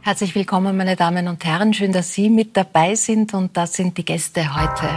Herzlich willkommen, meine Damen und Herren. Schön, dass Sie mit dabei sind. Und das sind die Gäste heute.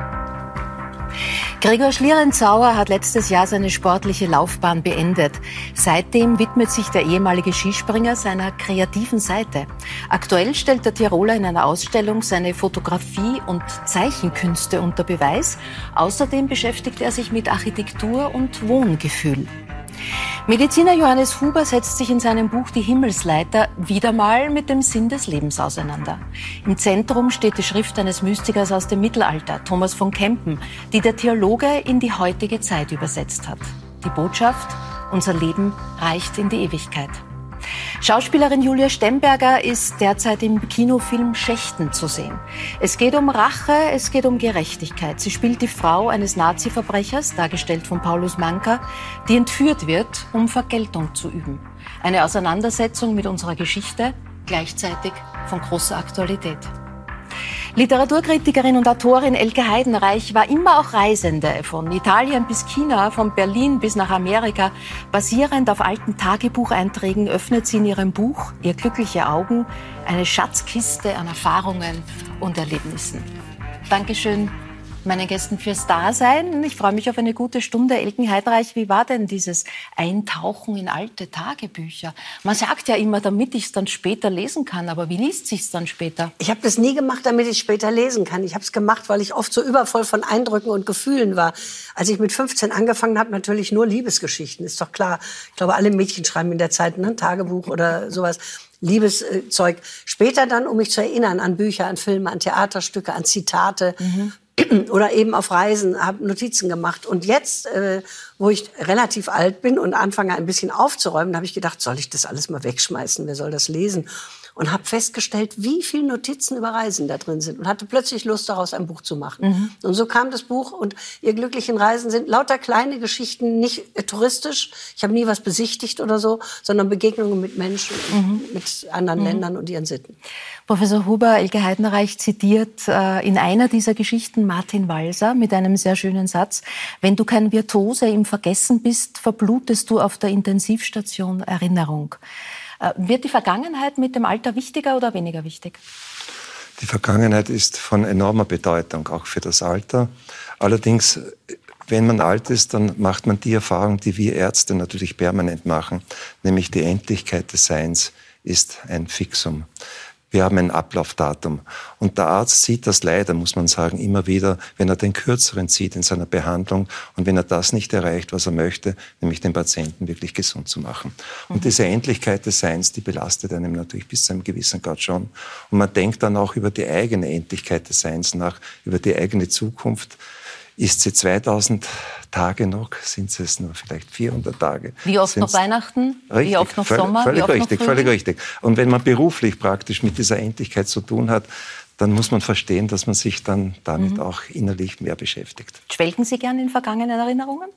Gregor Schlierenzauer hat letztes Jahr seine sportliche Laufbahn beendet. Seitdem widmet sich der ehemalige Skispringer seiner kreativen Seite. Aktuell stellt der Tiroler in einer Ausstellung seine Fotografie und Zeichenkünste unter Beweis. Außerdem beschäftigt er sich mit Architektur und Wohngefühl. Mediziner Johannes Huber setzt sich in seinem Buch Die Himmelsleiter wieder mal mit dem Sinn des Lebens auseinander. Im Zentrum steht die Schrift eines Mystikers aus dem Mittelalter, Thomas von Kempen, die der Theologe in die heutige Zeit übersetzt hat. Die Botschaft: Unser Leben reicht in die Ewigkeit. Schauspielerin Julia Stemberger ist derzeit im Kinofilm Schächten zu sehen. Es geht um Rache, es geht um Gerechtigkeit. Sie spielt die Frau eines Nazi-Verbrechers, dargestellt von Paulus Manka, die entführt wird, um Vergeltung zu üben. Eine Auseinandersetzung mit unserer Geschichte, gleichzeitig von großer Aktualität. Literaturkritikerin und Autorin Elke Heidenreich war immer auch Reisende, von Italien bis China, von Berlin bis nach Amerika. Basierend auf alten Tagebucheinträgen öffnet sie in ihrem Buch Ihr glückliche Augen eine Schatzkiste an Erfahrungen und Erlebnissen. Dankeschön meinen Gästen fürs Dasein. Ich freue mich auf eine gute Stunde. Elke Heidenreich, wie war denn dieses Eintauchen in alte Tagebücher? Man sagt ja immer, damit ich es dann später lesen kann. Aber wie liest sich's dann später? Ich habe das nie gemacht, damit ich später lesen kann. Ich habe es gemacht, weil ich oft so übervoll von Eindrücken und Gefühlen war. Als ich mit 15 angefangen habe, natürlich nur Liebesgeschichten. Ist doch klar. Ich glaube, alle Mädchen schreiben in der Zeit ein Tagebuch oder sowas. Liebeszeug. Später dann, um mich zu erinnern an Bücher, an Filme, an Theaterstücke, an Zitate. Oder eben auf Reisen, habe Notizen gemacht. Und jetzt, wo ich relativ alt bin und anfange ein bisschen aufzuräumen, habe ich gedacht, soll ich das alles mal wegschmeißen? Wer soll das lesen? Und habe festgestellt, wie viele Notizen über Reisen da drin sind. Und hatte plötzlich Lust, daraus ein Buch zu machen. Und so kam das Buch. Und Ihr glücklichen Reisen sind lauter kleine Geschichten, nicht touristisch. Ich habe nie was besichtigt oder so, sondern Begegnungen mit Menschen, mit anderen Ländern und ihren Sitten. Professor Huber, Elke Heidenreich zitiert in einer dieser Geschichten Martin Walser mit einem sehr schönen Satz: Wenn du kein Virtuose im Vergessen bist, verblutest du auf der Intensivstation Erinnerung. Wird die Vergangenheit mit dem Alter wichtiger oder weniger wichtig? Die Vergangenheit ist von enormer Bedeutung, auch für das Alter. Allerdings, wenn man alt ist, dann macht man die Erfahrung, die wir Ärzte natürlich permanent machen, nämlich die Endlichkeit des Seins ist ein Fixum. Wir haben ein Ablaufdatum. Und der Arzt sieht das leider, muss man sagen, immer wieder, wenn er den Kürzeren zieht in seiner Behandlung und wenn er das nicht erreicht, was er möchte, nämlich den Patienten wirklich gesund zu machen. Und diese Endlichkeit des Seins, die belastet einem natürlich bis zu einem gewissen Grad schon. Und man denkt dann auch über die eigene Endlichkeit des Seins nach, über die eigene Zukunft. Ist sie 2000 Tage noch? Sind es nur vielleicht 400 Tage? Wie oft noch Weihnachten? Richtig, wie oft noch Sommer? Völlig richtig. Und wenn man beruflich praktisch mit dieser Endlichkeit zu tun hat, dann muss man verstehen, dass man sich dann damit auch innerlich mehr beschäftigt. Schwelgen Sie gern in vergangenen Erinnerungen?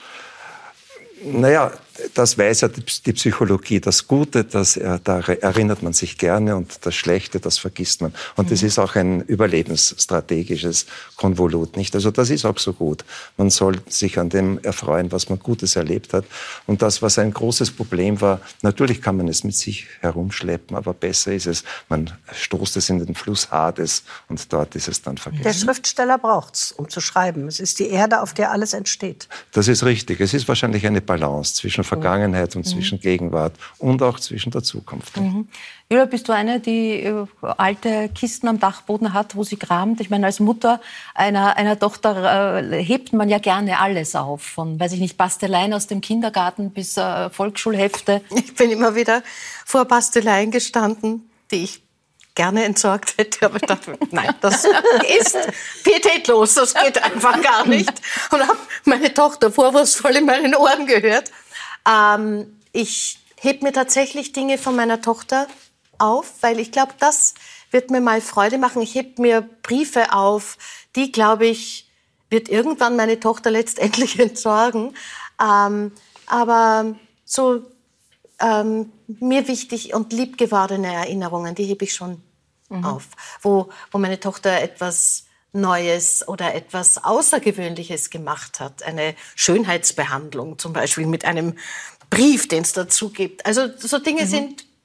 Naja, das weiß ja die Psychologie. Das Gute, da erinnert man sich gerne, und das Schlechte, das vergisst man. Und das ist auch ein überlebensstrategisches Konvolut, nicht? Also das ist auch so gut. Man soll sich an dem erfreuen, was man Gutes erlebt hat. Und das, was ein großes Problem war, natürlich kann man es mit sich herumschleppen, aber besser ist es, man stoßt es in den Fluss Hades und dort ist es dann vergessen. Der Schriftsteller braucht's, um zu schreiben. Es ist die Erde, auf der alles entsteht. Das ist richtig. Es ist wahrscheinlich eine Balance zwischen Vergangenheit und zwischen Gegenwart und auch zwischen der Zukunft. Julia, bist du eine, die alte Kisten am Dachboden hat, wo sie kramt? Ich meine, als Mutter einer Tochter hebt man ja gerne alles auf. Von, weiß ich nicht, Basteleien aus dem Kindergarten bis Volksschulhefte. Ich bin immer wieder vor Basteleien gestanden, die ich gerne entsorgt hätte, aber ich dachte, nein, das ist pietätlos, das geht einfach gar nicht. Und habe meine Tochter vorwurfsvoll in meinen Ohren gehört. Ich heb mir tatsächlich Dinge von meiner Tochter auf, weil ich glaube, das wird mir mal Freude machen. Ich heb mir Briefe auf, die, glaube ich, wird irgendwann meine Tochter letztendlich entsorgen. Aber so mir wichtig und liebgewordene Erinnerungen, die hebe ich schon auf. Wo meine Tochter etwas Neues oder etwas Außergewöhnliches gemacht hat. Eine Schönheitsbehandlung zum Beispiel mit einem Brief, den es dazu gibt. Also so Dinge sind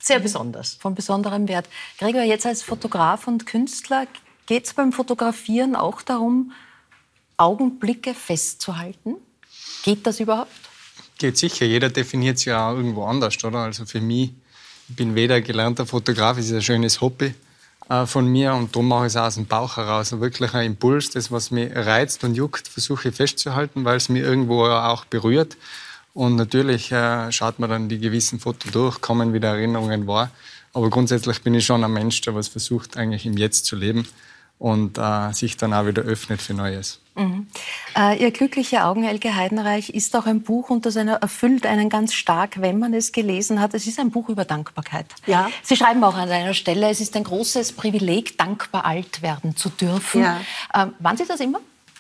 sehr besonders. Von besonderem Wert. Gregor, jetzt als Fotograf und Künstler, geht es beim Fotografieren auch darum, Augenblicke festzuhalten? Geht das überhaupt? Geht sicher. Jeder definiert es ja auch irgendwo anders, oder? Also für mich, ich bin weder gelernter Fotograf, es ist ein schönes Hobby von mir und darum mache ich es auch aus dem Bauch heraus. Und wirklich ein Impuls, das, was mich reizt und juckt, versuche ich festzuhalten, weil es mich irgendwo auch berührt. Und natürlich schaut man dann die gewissen Fotos durch, kommen wieder Erinnerungen wahr. Aber grundsätzlich bin ich schon ein Mensch, der was versucht, eigentlich im Jetzt zu leben und sich dann auch wieder öffnet für Neues. Mhm. Ihr glückliche Augen, Elke Heidenreich, ist auch ein Buch und das erfüllt einen ganz stark, wenn man es gelesen hat. Es ist ein Buch über Dankbarkeit. Ja. Sie schreiben auch an einer Stelle, es ist ein großes Privileg, dankbar alt werden zu dürfen. Ja. Waren Sie das immer?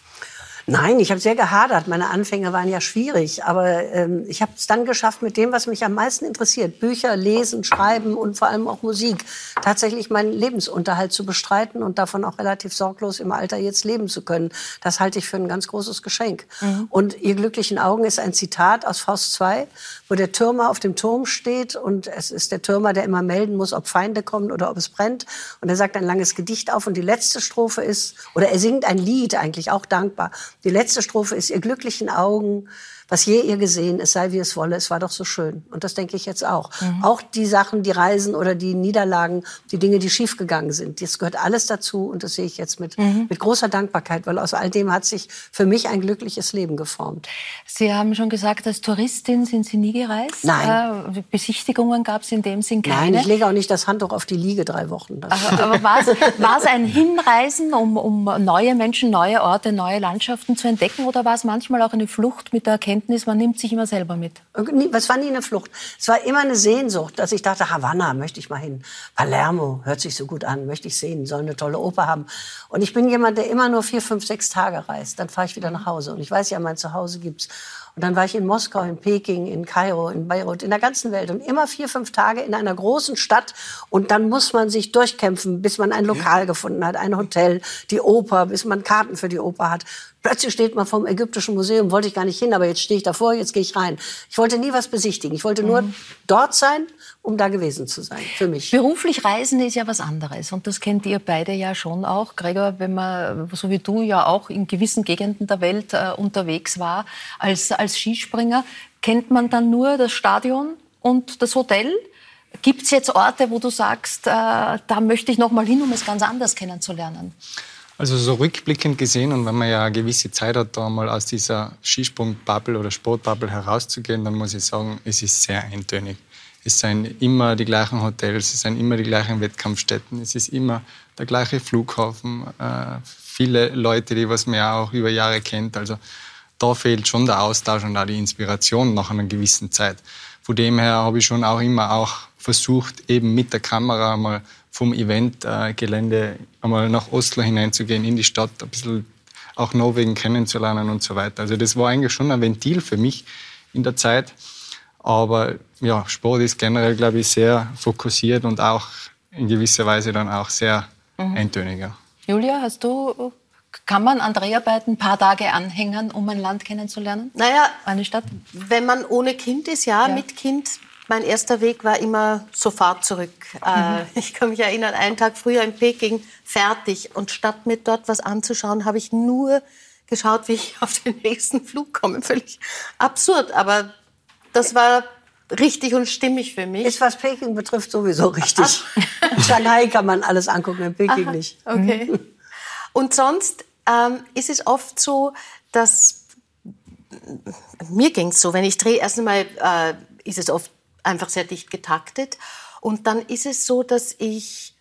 Nein, ich habe sehr gehadert. Meine Anfänge waren ja schwierig. Aber ich habe es dann geschafft, mit dem, was mich am meisten interessiert, Bücher, Lesen, Schreiben und vor allem auch Musik, tatsächlich meinen Lebensunterhalt zu bestreiten und davon auch relativ sorglos im Alter jetzt leben zu können. Das halte ich für ein ganz großes Geschenk. Mhm. Und Ihr glücklichen Augen ist ein Zitat aus Faust II, wo der Türmer auf dem Turm steht und es ist der Türmer, der immer melden muss, ob Feinde kommen oder ob es brennt. Und er sagt ein langes Gedicht auf und die letzte Strophe ist, oder er singt ein Lied eigentlich auch dankbar. Die letzte Strophe ist: Ihr glücklichen Augen, was je ihr gesehen, es sei wie es wolle, es war doch so schön. Und das denke ich jetzt auch. Mhm. Auch die Sachen, die Reisen oder die Niederlagen, die Dinge, die schiefgegangen sind, das gehört alles dazu und das sehe ich jetzt mit großer Dankbarkeit, weil aus all dem hat sich für mich ein glückliches Leben geformt. Sie haben schon gesagt, als Touristin sind Sie nie gereist? Nein. Besichtigungen gab es in dem Sinn keine? Nein, ich lege auch nicht das Handtuch auf die Liege 3 Wochen. Aber war es ein Hinreisen, um neue Menschen, neue Orte, neue Landschaften zu entdecken, oder war es manchmal auch eine Flucht mit der Erkenntnis, man nimmt sich immer selber mit? Es war nie eine Flucht. Es war immer eine Sehnsucht, dass ich dachte, Havanna möchte ich mal hin. Palermo hört sich so gut an, möchte ich sehen, soll eine tolle Oper haben. Und ich bin jemand, der immer nur 4, 5, 6 Tage reist. Dann fahre ich wieder nach Hause. Und ich weiß ja, mein Zuhause gibt's. Und dann war ich in Moskau, in Peking, in Kairo, in Beirut, in der ganzen Welt. Und immer 4, 5 Tage in einer großen Stadt. Und dann muss man sich durchkämpfen, bis man ein Lokal gefunden hat, ein Hotel, die Oper, bis man Karten für die Oper hat. Plötzlich steht man vom Ägyptischen Museum, wollte ich gar nicht hin, aber jetzt stehe ich davor, jetzt gehe ich rein. Ich wollte nie was besichtigen. Ich wollte nur dort sein, um da gewesen zu sein, für mich. Beruflich reisen ist ja was anderes und das kennt ihr beide ja schon auch. Gregor, wenn man, so wie du, ja auch in gewissen Gegenden der Welt unterwegs war als Skispringer, kennt man dann nur das Stadion und das Hotel? Gibt es jetzt Orte, wo du sagst, da möchte ich noch mal hin, um es ganz anders kennenzulernen? Also so rückblickend gesehen und wenn man ja eine gewisse Zeit hat, da mal aus dieser Skisprung-Bubble oder Sport-Bubble herauszugehen, dann muss ich sagen, es ist sehr eintönig. Es sind immer die gleichen Hotels, es sind immer die gleichen Wettkampfstätten, es ist immer der gleiche Flughafen, viele Leute, die was man ja auch über Jahre kennt. Also da fehlt schon der Austausch und auch die Inspiration nach einer gewissen Zeit. Von dem her habe ich schon auch immer auch versucht, eben mit der Kamera mal vom Eventgelände einmal nach Oslo hineinzugehen, in die Stadt, ein bisschen auch Norwegen kennenzulernen und so weiter. Also das war eigentlich schon ein Ventil für mich in der Zeit. Aber ja, Sport ist generell, glaube ich, sehr fokussiert und auch in gewisser Weise dann auch sehr eintöniger. Julia, kann man an Dreharbeiten ein paar Tage anhängen, um ein Land kennenzulernen? Naja, eine Stadt? Wenn man ohne Kind ist, ja. Mit Kind. Mein erster Weg war immer sofort zurück. Ich kann mich erinnern, einen Tag früher in Peking, fertig. Und statt mir dort was anzuschauen, habe ich nur geschaut, wie ich auf den nächsten Flug komme. Völlig absurd, aber das war richtig und stimmig für mich. Ist, was Peking betrifft, sowieso richtig. In Shanghai kann man alles angucken, in Peking nicht. Okay. Und sonst ist es oft so, dass mir ging es so, wenn ich drehe, erst einmal ist es oft einfach sehr dicht getaktet. Und dann ist es so, dass ich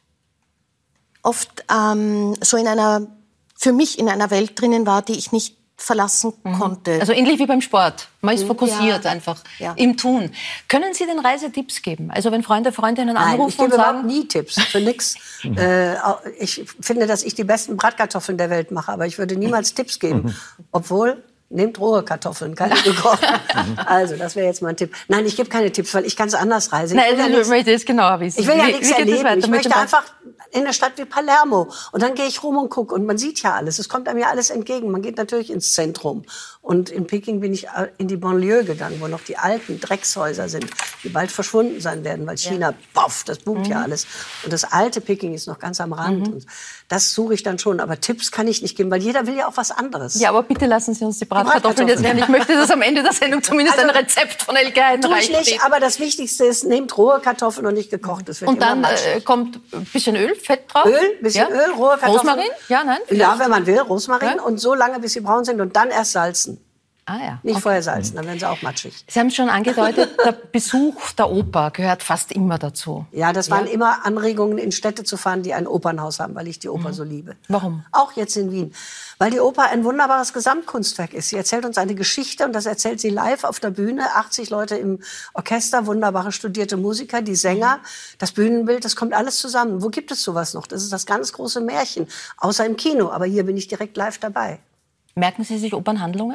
oft so für mich in einer Welt drinnen war, die ich nicht verlassen konnte. Also ähnlich wie beim Sport. Man ist fokussiert einfach im Tun. Können Sie den Reisetipps geben? Also wenn Freunde, Freundinnen anrufen und sagen... ich gebe überhaupt nie Tipps, für nichts. Ich finde, dass ich die besten Bratkartoffeln der Welt mache, aber ich würde niemals Tipps geben. Obwohl... Nehmt rohe Kartoffeln, keine gekochten. Also, das wäre jetzt mein Tipp. Nein, ich gebe keine Tipps, weil ich ganz anders reise. Nein, ich möchte es genauer wissen. Ich will ja nichts erleben. Ich möchte einfach in eine Stadt wie Palermo. Und dann gehe ich rum und gucke. Und man sieht ja alles. Es kommt einem ja alles entgegen. Man geht natürlich ins Zentrum. Und in Peking bin ich in die Banlieue gegangen, wo noch die alten Dreckshäuser sind, die bald verschwunden sein werden, weil China, boff, das boomt ja alles. Und das alte Peking ist noch ganz am Rand. Und das suche ich dann schon. Aber Tipps kann ich nicht geben, weil jeder will ja auch was anderes. Ja, aber bitte lassen Sie uns die Bratkartoffeln jetzt lernen. Ich möchte, dass am Ende der Sendung zumindest ein Rezept von Elke Heidenreich tue ich nicht, aber das Wichtigste ist, nehmt rohe Kartoffeln und nicht gekochtes. Und dann kommt ein bisschen Öl, Fett drauf. Bisschen Öl, rohe Kartoffeln. Rosmarin? Ja, nein? Ja, wenn man will, Rosmarin. Ja. Und so lange, bis sie braun sind und dann erst salzen. Ah, ja. Nicht vorher salzen, dann werden sie auch matschig. Sie haben es schon angedeutet, der Besuch der Oper gehört fast immer dazu. Ja, das waren immer Anregungen, in Städte zu fahren, die ein Opernhaus haben, weil ich die Oper so liebe. Warum? Auch jetzt in Wien. Weil die Oper ein wunderbares Gesamtkunstwerk ist. Sie erzählt uns eine Geschichte und das erzählt sie live auf der Bühne. 80 Leute im Orchester, wunderbare studierte Musiker, die Sänger, das Bühnenbild, das kommt alles zusammen. Wo gibt es sowas noch? Das ist das ganz große Märchen. Außer im Kino, aber hier bin ich direkt live dabei. Merken Sie sich Opernhandlungen?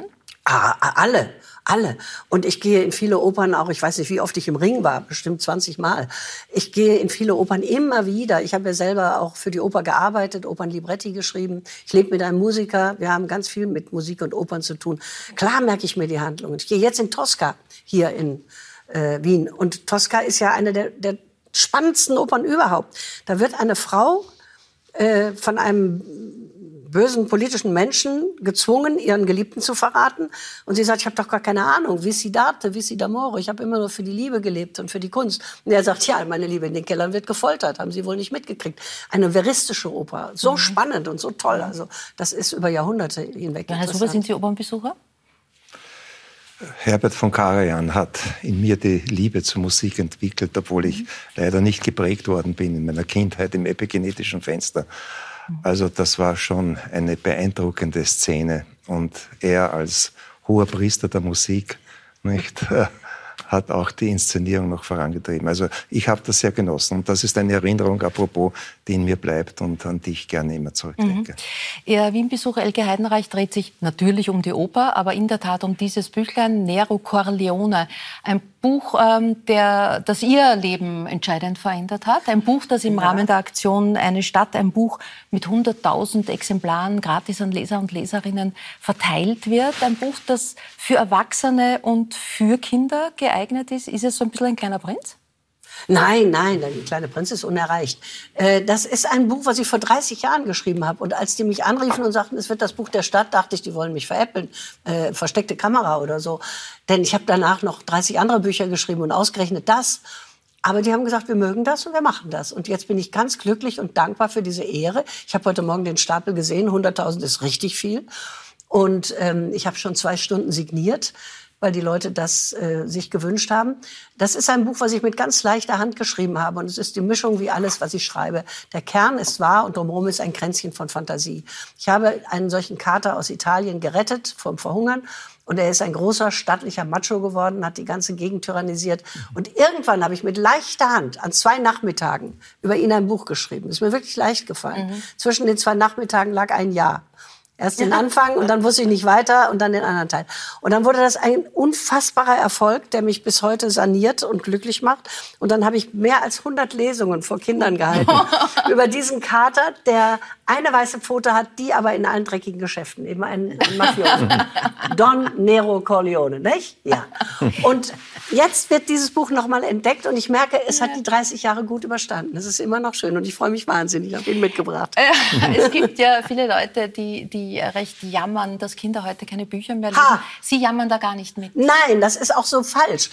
Alle. Und ich gehe in viele Opern auch, ich weiß nicht, wie oft ich im Ring war, bestimmt 20 Mal. Ich gehe in viele Opern immer wieder. Ich habe ja selber auch für die Oper gearbeitet, Opernlibretti geschrieben. Ich lebe mit einem Musiker, wir haben ganz viel mit Musik und Opern zu tun. Klar merke ich mir die Handlungen. Ich gehe jetzt in Tosca hier in Wien. Und Tosca ist ja eine der spannendsten Opern überhaupt. Da wird eine Frau von einem bösen politischen Menschen gezwungen, ihren Geliebten zu verraten. Und sie sagt, ich habe doch gar keine Ahnung. Vissi date, vissi d'amore. Ich habe immer nur für die Liebe gelebt und für die Kunst. Und er sagt, ja, meine Liebe, in den Kellern wird gefoltert. Haben Sie wohl nicht mitgekriegt. Eine veristische Oper. So spannend und so toll. Also das ist über Jahrhunderte hinweg. Herr Suber, sind Sie Opernbesucher? Herbert von Karajan hat in mir die Liebe zur Musik entwickelt, obwohl ich leider nicht geprägt worden bin in meiner Kindheit im epigenetischen Fenster. Also das war schon eine beeindruckende Szene. Und er als hoher Priester der Musik nicht, hat auch die Inszenierung noch vorangetrieben. Also ich habe das sehr genossen. Und das ist eine Erinnerung, apropos, die in mir bleibt und an die ich gerne immer zurückdenke. Ihr Wien-Besuch Elke Heidenreich dreht sich natürlich um die Oper, aber in der Tat um dieses Büchlein Nero Corleone. Ein Buch, das Ihr Leben entscheidend verändert hat. Ein Buch, das im Rahmen der Aktion Eine Stadt, ein Buch mit 100.000 Exemplaren gratis an Leser und Leserinnen verteilt wird. Ein Buch, das für Erwachsene und für Kinder geeignet ist. Ist es so ein bisschen ein kleiner Prinz? Nein, der kleine Prinz ist unerreicht. Das ist ein Buch, was ich vor 30 Jahren geschrieben habe. Und als die mich anriefen und sagten, es wird das Buch der Stadt, dachte ich, die wollen mich veräppeln. Versteckte Kamera oder so. Denn ich habe danach noch 30 andere Bücher geschrieben und ausgerechnet das. Aber die haben gesagt, wir mögen das und wir machen das. Und jetzt bin ich ganz glücklich und dankbar für diese Ehre. Ich habe heute Morgen den Stapel gesehen. 100.000 ist richtig viel. Und ich habe schon 2 Stunden signiert, weil die Leute das sich gewünscht haben. Das ist ein Buch, was ich mit ganz leichter Hand geschrieben habe. Und es ist die Mischung wie alles, was ich schreibe. Der Kern ist wahr und drumherum ist ein Kränzchen von Fantasie. Ich habe einen solchen Kater aus Italien gerettet vom Verhungern. Und er ist ein großer, stattlicher Macho geworden, hat die ganze Gegend tyrannisiert. Und irgendwann habe ich mit leichter Hand an 2 Nachmittagen über ihn ein Buch geschrieben. Ist mir wirklich leicht gefallen. Zwischen den 2 Nachmittagen lag ein Jahr. Erst den Anfang und dann wusste ich nicht weiter und dann den anderen Teil. Und dann wurde das ein unfassbarer Erfolg, der mich bis heute saniert und glücklich macht. Und dann habe ich mehr als 100 Lesungen vor Kindern gehalten über diesen Kater, der eine weiße Pfote hat, die aber in allen dreckigen Geschäften, eben ein Mafioso. Don Nero Corleone, nicht? Ja. Und jetzt wird dieses Buch nochmal entdeckt und ich merke, es hat die 30 Jahre gut überstanden. Es ist immer noch schön und ich freue mich wahnsinnig. Ich habe ihn mitgebracht. Es gibt ja viele Leute, die recht jammern, dass Kinder heute keine Bücher mehr lesen. Sie jammern da gar nicht mit. Nein, das ist auch so falsch.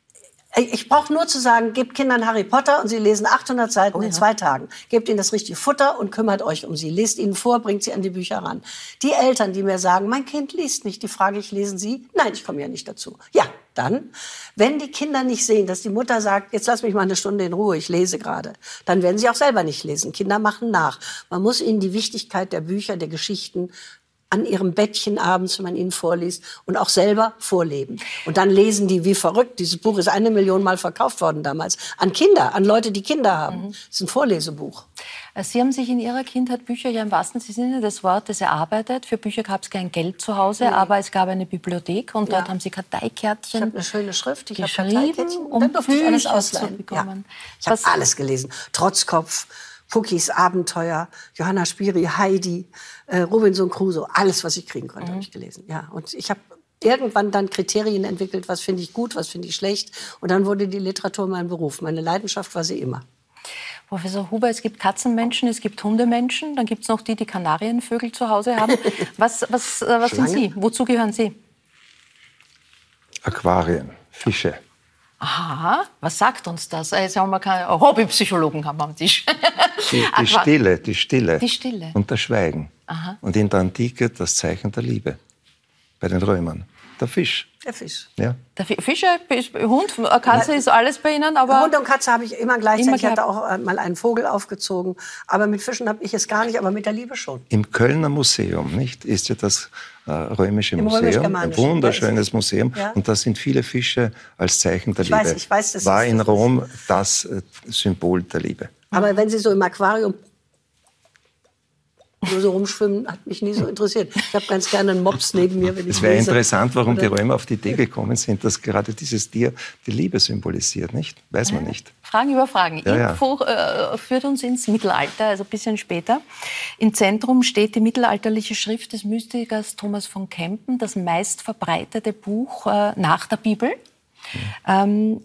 Ich brauche nur zu sagen, gebt Kindern Harry Potter und sie lesen 800 Seiten in 2 Tagen. Gebt ihnen das richtige Futter und kümmert euch um sie. Lest ihnen vor, bringt sie an die Bücher ran. Die Eltern, die mir sagen, mein Kind liest nicht, die frage ich, lesen Sie? Nein, ich komme ja nicht dazu. Ja, dann, wenn die Kinder nicht sehen, dass die Mutter sagt, jetzt lass mich mal eine Stunde in Ruhe, ich lese gerade, dann werden sie auch selber nicht lesen. Kinder machen nach. Man muss ihnen die Wichtigkeit der Bücher, der Geschichten an ihrem Bettchen abends, wenn man ihnen vorliest, und auch selber vorleben. Und dann lesen die wie verrückt. Dieses Buch ist 1 Million Mal verkauft worden damals. An Kinder, an Leute, die Kinder haben. Es ist ein Vorlesebuch. Sie haben sich in Ihrer Kindheit Bücher ja im wahrsten Sinne des Wortes erarbeitet. Für Bücher gab es kein Geld zu Hause, aber es gab eine Bibliothek und dort haben Sie Karteikärtchen. Ich habe eine schöne Schrift, ich habe geschrieben, Karteikärtchen und dann durfte ich alles Bücher ausleihen. zu bekommen. Ja. Ich habe alles gelesen. Trotzkopf, Cookies, Abenteuer, Johanna Spiri, Heidi, Robinson Crusoe, alles, was ich kriegen konnte, habe ich gelesen. Ja, und ich habe irgendwann dann Kriterien entwickelt, was finde ich gut, was finde ich schlecht. Und dann wurde die Literatur mein Beruf. Meine Leidenschaft war sie immer. Professor Huber, es gibt Katzenmenschen, es gibt Hundemenschen, dann gibt es noch die, die Kanarienvögel zu Hause haben. Was sind Sie? Wozu gehören Sie? Aquarien, Fische. Aha, was sagt uns das? Jetzt haben wir keine Hobbypsychologen haben am Tisch. Die Stille und das Schweigen. Aha. Und in der Antike das Zeichen der Liebe. Bei den Römern. Der Fisch. Der Fisch. Ja. Der Fische, Hund, Katze ist alles bei Ihnen, aber... Hund und Katze habe ich immer gleichzeitig. Ich hatte auch mal einen Vogel aufgezogen. Aber mit Fischen habe ich es gar nicht, aber mit der Liebe schon. Im Kölner Museum, nicht, ist ja das Römische Museum, ein wunderschönes Museum. Ja. Und da sind viele Fische als Zeichen der Liebe. Ich weiß, das war in Rom das Symbol der Liebe. Aber wenn Sie so im Aquarium nur so rumschwimmen, hat mich nie so interessiert. Ich habe ganz gerne einen Mops neben mir, wenn ich Es wäre interessant, warum die Römer auf die Idee gekommen sind, dass gerade dieses Tier die Liebe symbolisiert, nicht? Weiß man nicht. Fragen über Fragen. Ja. Info führt uns ins Mittelalter, also ein bisschen später. Im Zentrum steht die mittelalterliche Schrift des Mystikers Thomas von Kempen, das meistverbreitete Buch nach der Bibel. Eine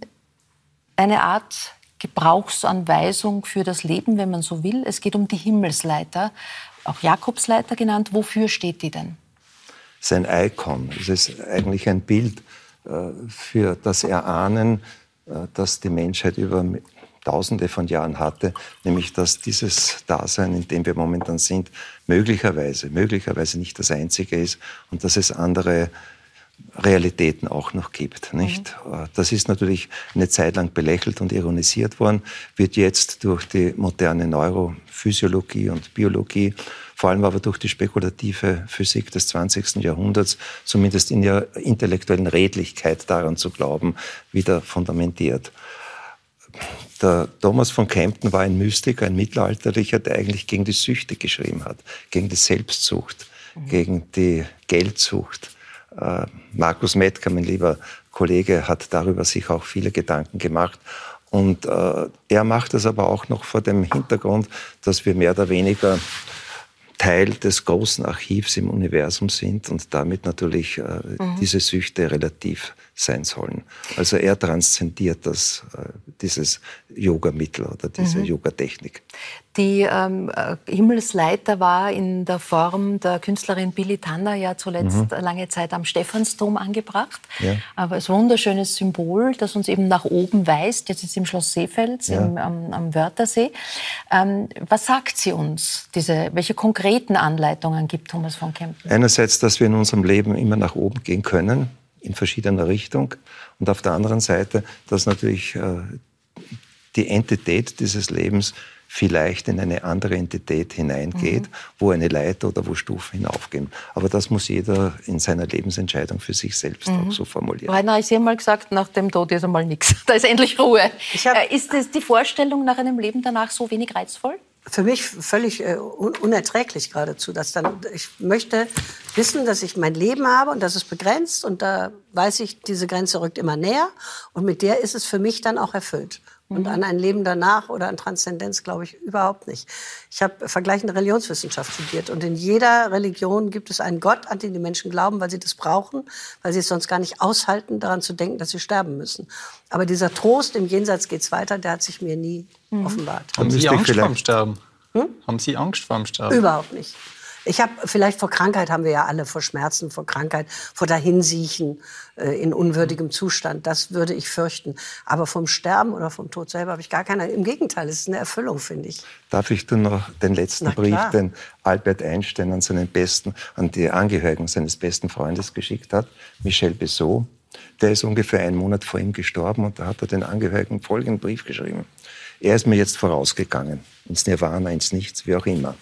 Art Gebrauchsanweisung für das Leben, wenn man so will. Es geht um die Himmelsleiter, auch Jakobsleiter genannt. Wofür steht die denn? Sein Icon. Es ist eigentlich ein Bild für das Erahnen, das die Menschheit über Tausende von Jahren hatte, nämlich dass dieses Dasein, in dem wir momentan sind, möglicherweise nicht das einzige ist und dass es andere Realitäten auch noch gibt, nicht? Das ist natürlich eine Zeit lang belächelt und ironisiert worden, wird jetzt durch die moderne Neurophysiologie und Biologie, vor allem aber durch die spekulative Physik des 20. Jahrhunderts, zumindest in ihrer intellektuellen Redlichkeit daran zu glauben, wieder fundamentiert. Der Thomas von Kempten war ein Mystiker, ein Mittelalterlicher, der eigentlich gegen die Süchte geschrieben hat, gegen die Selbstsucht, gegen die Geldsucht. Markus Mettger, mein lieber Kollege, hat darüber sich auch viele Gedanken gemacht. Und er macht das aber auch noch vor dem Hintergrund, dass wir mehr oder weniger Teil des großen Archivs im Universum sind und damit natürlich diese Süchte relativ sein sollen. Also er transzendiert dieses Yoga-Mittel oder diese Yoga-Technik. Die Himmelsleiter war in der Form der Künstlerin Billy Tanner ja zuletzt lange Zeit am Stephansdom angebracht. Ja. Aber es ist ein wunderschönes Symbol, das uns eben nach oben weist. Jetzt ist es im Schloss Seefeld, am Wörthersee. Was sagt sie uns? Welche konkreten Anleitungen gibt Thomas von Kempen? Einerseits, dass wir in unserem Leben immer nach oben gehen können, in verschiedener Richtung. Und auf der anderen Seite, dass natürlich die Entität dieses Lebens vielleicht in eine andere Entität hineingeht, wo eine Leiter oder wo Stufen hinaufgehen. Aber das muss jeder in seiner Lebensentscheidung für sich selbst auch so formulieren. Rainer, Sie haben mal gesagt, nach dem Tod ist einmal nichts. Da ist endlich Ruhe. Ist das die Vorstellung nach einem Leben danach so wenig reizvoll? Für mich völlig unerträglich geradezu. Ich möchte wissen, dass ich mein Leben habe und das ist begrenzt. Und da weiß ich, diese Grenze rückt immer näher. Und mit der ist es für mich dann auch erfüllt. Und an ein Leben danach oder an Transzendenz glaube ich überhaupt nicht. Ich habe vergleichende Religionswissenschaft studiert. Und in jeder Religion gibt es einen Gott, an den die Menschen glauben, weil sie das brauchen, weil sie es sonst gar nicht aushalten, daran zu denken, dass sie sterben müssen. Aber dieser Trost, im Jenseits geht's weiter, der hat sich mir nie offenbart. Haben Sie Angst vor dem Sterben? Haben Sie Angst vor dem Sterben? Überhaupt nicht. Ich habe vielleicht vor Krankheit haben wir ja alle, vor Schmerzen, vor Krankheit, vor Dahinsiechen in unwürdigem Zustand. Das würde ich fürchten. Aber vom Sterben oder vom Tod selber habe ich gar keine. Im Gegenteil, es ist eine Erfüllung, finde ich. Darf ich dir noch den letzten Brief, den Albert Einstein an die Angehörigen seines besten Freundes geschickt hat, Michel Bessot. Der ist ungefähr einen Monat vor ihm gestorben und da hat er den Angehörigen folgenden Brief geschrieben. Er ist mir jetzt vorausgegangen, ins Nirvana, ins Nichts, wie auch immer.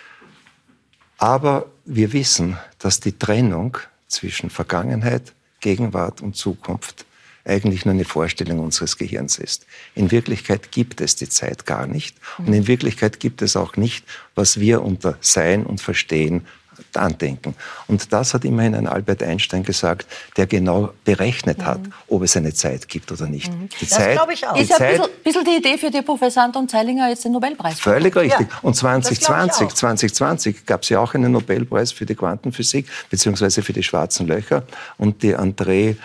Aber wir wissen, dass die Trennung zwischen Vergangenheit, Gegenwart und Zukunft eigentlich nur eine Vorstellung unseres Gehirns ist. In Wirklichkeit gibt es die Zeit gar nicht. Und in Wirklichkeit gibt es auch nicht, was wir unter Sein und Verstehen andenken. Und das hat immerhin ein Albert Einstein gesagt, der genau berechnet hat, ob es eine Zeit gibt oder nicht. Die Das glaube ich auch. Ist ja ein bisschen die Idee für die Professor Anton Zeilinger jetzt den Nobelpreis. Völlig richtig. Ja, und 2020 gab es ja auch einen Nobelpreis für die Quantenphysik, beziehungsweise für die schwarzen Löcher. Und die André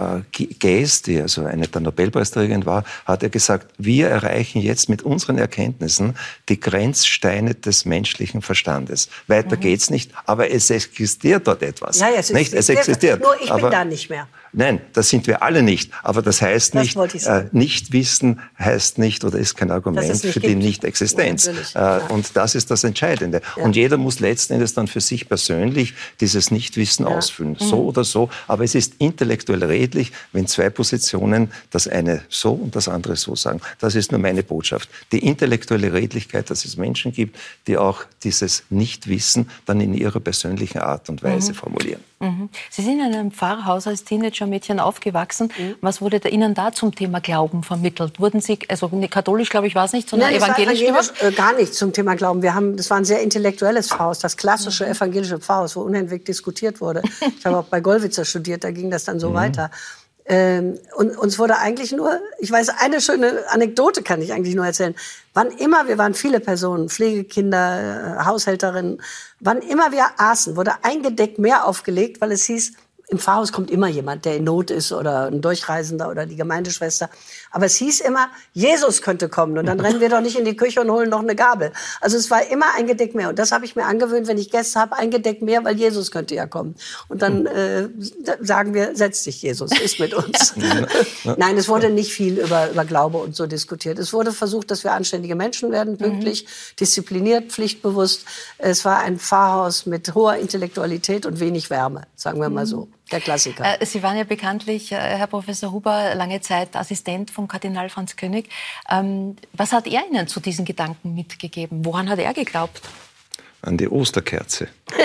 Ghez, die also eine der Nobelpreisträgerin war, hat er gesagt, wir erreichen jetzt mit unseren Erkenntnissen die Grenzsteine des menschlichen Verstandes. Weiter geht's nicht, aber es existiert dort etwas. Ja, es existiert. Nur ich bin da nicht mehr. Nein, das sind wir alle nicht. Aber das heißt Das nicht, wollte ich sagen. nicht wissen heißt nicht oder ist kein Argument Dass es nicht für die gibt. Nicht-Existenz. Ja, Und das ist das Entscheidende. Ja. Und jeder muss letzten Endes dann für sich persönlich dieses Nichtwissen ausfüllen. So oder so. Aber es ist intellektuell redlich, wenn zwei Positionen das eine so und das andere so sagen. Das ist nur meine Botschaft. Die intellektuelle Redlichkeit, dass es Menschen gibt, die auch dieses Nichtwissen dann in ihrer persönlichen Art und Weise formulieren. Sie sind in einem Pfarrhaus als Teenager-Mädchen aufgewachsen. Was wurde Ihnen da zum Thema Glauben vermittelt? Wurden Sie, also katholisch glaube ich war es nicht, sondern evangelisch? Gar nicht zum Thema Glauben. Das war ein sehr intellektuelles Pfarrhaus, das klassische evangelische Pfarrhaus, wo unentwegt diskutiert wurde. Ich habe auch bei Gollwitzer studiert, da ging das dann so weiter. Und uns wurde eigentlich nur, ich weiß, eine schöne Anekdote kann ich eigentlich nur erzählen. Wann immer, wir waren viele Personen, Pflegekinder, Haushälterinnen, wann immer wir aßen, wurde ein Gedeck mehr aufgelegt, weil es hieß, im Pfarrhaus kommt immer jemand, der in Not ist oder ein Durchreisender oder die Gemeindeschwester. Aber es hieß immer, Jesus könnte kommen und dann rennen wir doch nicht in die Küche und holen noch eine Gabel. Also es war immer ein Gedeck mehr. Und das habe ich mir angewöhnt, wenn ich Gäste habe, ein Gedeck mehr, weil Jesus könnte ja kommen. Und dann sagen wir, setz dich, Jesus, ist mit uns. Nein, es wurde nicht viel über Glaube und so diskutiert. Es wurde versucht, dass wir anständige Menschen werden, pünktlich, diszipliniert, pflichtbewusst. Es war ein Pfarrhaus mit hoher Intellektualität und wenig Wärme, sagen wir mal so. Der Klassiker. Sie waren ja bekanntlich, Herr Professor Huber, lange Zeit Assistent von Kardinal Franz König. Was hat er Ihnen zu diesen Gedanken mitgegeben? Woran hat er geglaubt? An die Osterkerze.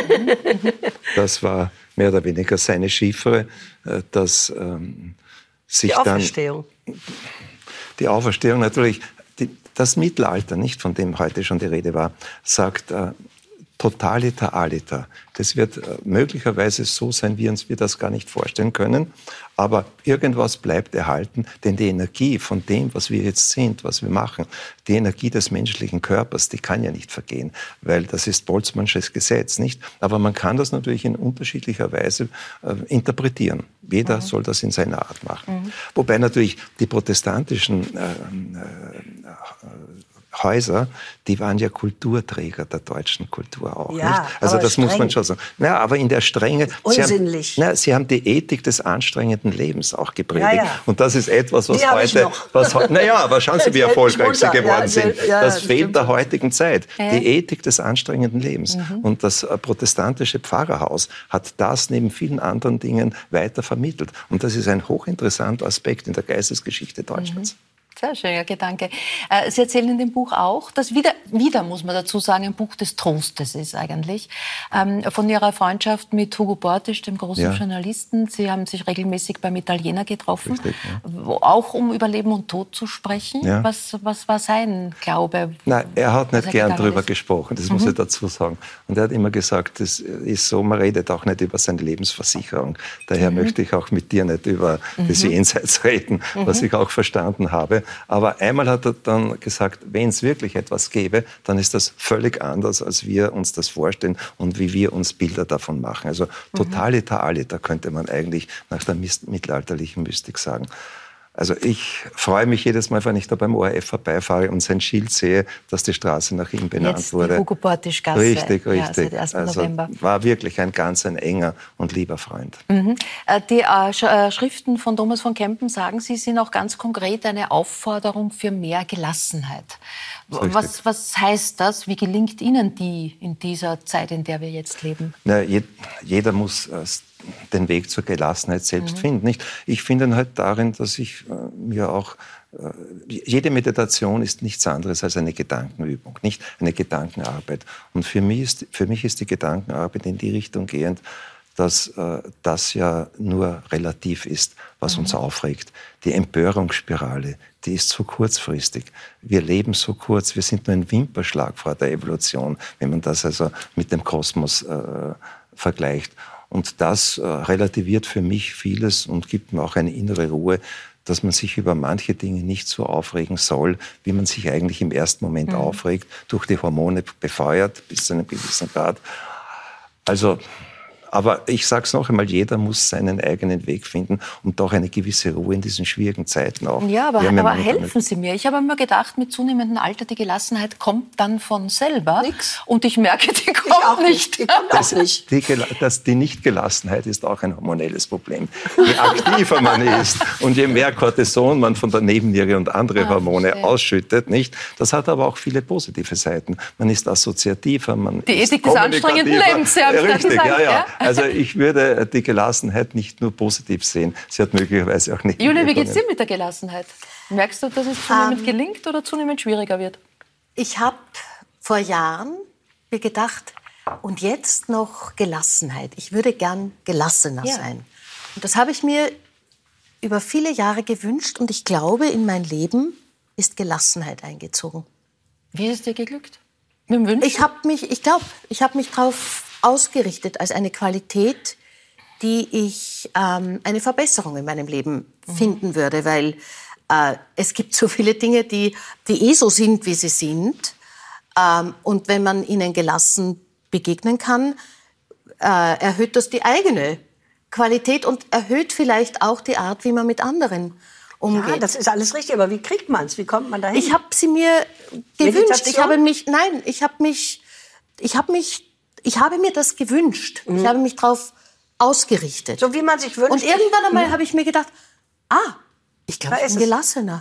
Das war mehr oder weniger seine Chiffre, dass sich die Auferstehung. Die Auferstehung natürlich, das Mittelalter, nicht von dem heute schon die Rede war, sagt totaliter aliter. Das wird möglicherweise so sein, wie uns wir das gar nicht vorstellen können. Aber irgendwas bleibt erhalten, denn die Energie von dem, was wir jetzt sind, was wir machen, die Energie des menschlichen Körpers, die kann ja nicht vergehen, weil das ist Boltzmannsches Gesetz, nicht? Aber man kann das natürlich in unterschiedlicher Weise interpretieren. Jeder soll das in seiner Art machen. Wobei natürlich die protestantischen Häuser, die waren ja Kulturträger der deutschen Kultur auch. Ja, nicht? Also das streng. muss man schon sagen. Ja, aber in der Strenge. Unsinnlich. Sie haben die Ethik des anstrengenden Lebens auch gepredigt. Ja, ja. Und das ist etwas, was Die habe ich heute... noch. Naja, aber schauen Sie, wie erfolgreich Sie geworden sind. Ja, das das fehlt stimmt. der heutigen Zeit. Die Ethik des anstrengenden Lebens. Und das protestantische Pfarrerhaus hat das neben vielen anderen Dingen weiter vermittelt. Und das ist ein hochinteressanter Aspekt in der Geistesgeschichte Deutschlands. Sehr schöner Gedanke. Sie erzählen in dem Buch auch, dass wieder muss man dazu sagen, ein Buch des Trostes ist eigentlich, von Ihrer Freundschaft mit Hugo Bortisch, dem großen Journalisten. Sie haben sich regelmäßig beim Italiener getroffen, Richtig, auch um über Leben und Tod zu sprechen. Ja. Was war sein Glaube? Nein, er hat nicht gern drüber ist? gesprochen, das muss ich dazu sagen. Und er hat immer gesagt, das ist so, man redet auch nicht über seine Lebensversicherung. Daher möchte ich auch mit dir nicht über das Jenseits reden, was ich auch verstanden habe. Aber einmal hat er dann gesagt, wenn es wirklich etwas gäbe, dann ist das völlig anders, als wir uns das vorstellen und wie wir uns Bilder davon machen. Also totaliter aliter könnte man eigentlich nach der mittelalterlichen Mystik sagen. Also ich freue mich jedes Mal, wenn ich da beim ORF vorbeifahre und sein Schild sehe, dass die Straße nach ihm benannt Jetzt wurde. die Hugo Bortisch-Gasse. Richtig. Ja, seit 1. November. War wirklich ein enger und lieber Freund. Die Schriften von Thomas von Kempen, sagen Sie, sind auch ganz konkret eine Aufforderung für mehr Gelassenheit. Was heißt das? Wie gelingt Ihnen die in dieser Zeit, in der wir jetzt leben? Na, jeder muss den Weg zur Gelassenheit selbst finden. Nicht? Ich finde ihn halt darin, dass ich mir auch jede Meditation ist nichts anderes als eine Gedankenübung, nicht eine Gedankenarbeit. Und für mich ist die Gedankenarbeit in die Richtung gehend, dass das ja nur relativ ist, was uns aufregt. Die Empörungsspirale, die ist so kurzfristig. Wir leben so kurz, wir sind nur ein Wimperschlag vor der Evolution, wenn man das also mit dem Kosmos vergleicht. Und das relativiert für mich vieles und gibt mir auch eine innere Ruhe, dass man sich über manche Dinge nicht so aufregen soll, wie man sich eigentlich im ersten Moment aufregt, durch die Hormone befeuert bis zu einem gewissen Grad. Also, aber ich sage es noch einmal, jeder muss seinen eigenen Weg finden und doch eine gewisse Ruhe in diesen schwierigen Zeiten auch. Ja, aber helfen Sie mir. Ich habe immer gedacht, mit zunehmendem Alter, die Gelassenheit kommt dann von selber. Nix. Und ich merke, die kommt nicht. Die kommt auch nicht. Die Nichtgelassenheit ist auch ein hormonelles Problem. Je aktiver man ist und je mehr Cortison man von der Nebenniere und andere Hormone ausschüttet, nicht? Das hat aber auch viele positive Seiten. Man ist assoziativer, man Die ist Ethik des anstrengenden Lebens, Sie haben es Richtig, gesagt. ja. Also ich würde die Gelassenheit nicht nur positiv sehen. Sie hat möglicherweise auch nicht. Julia, wie geht's dir mit der Gelassenheit? Merkst du, dass es zunehmend gelingt oder zunehmend schwieriger wird? Ich habe vor Jahren mir gedacht, und jetzt noch Gelassenheit. Ich würde gern gelassener sein. Und das habe ich mir über viele Jahre gewünscht und ich glaube, in mein Leben ist Gelassenheit eingezogen. Wie ist es dir geglückt? Mit dem Wünschen? Ich habe mich darauf ausgerichtet als eine Qualität, die ich eine Verbesserung in meinem Leben finden würde, weil es gibt so viele Dinge, die so sind, wie sie sind. Und wenn man ihnen gelassen begegnen kann, erhöht das die eigene Qualität und erhöht vielleicht auch die Art, wie man mit anderen umgeht. Ja, das ist alles richtig, aber wie kriegt man es? Wie kommt man dahin? Ich habe sie mir gewünscht. Ich habe mir das gewünscht. Ich habe mich darauf ausgerichtet. So wie man sich wünscht. Und irgendwann einmal habe ich mir gedacht, ich glaube, ich bin gelassener.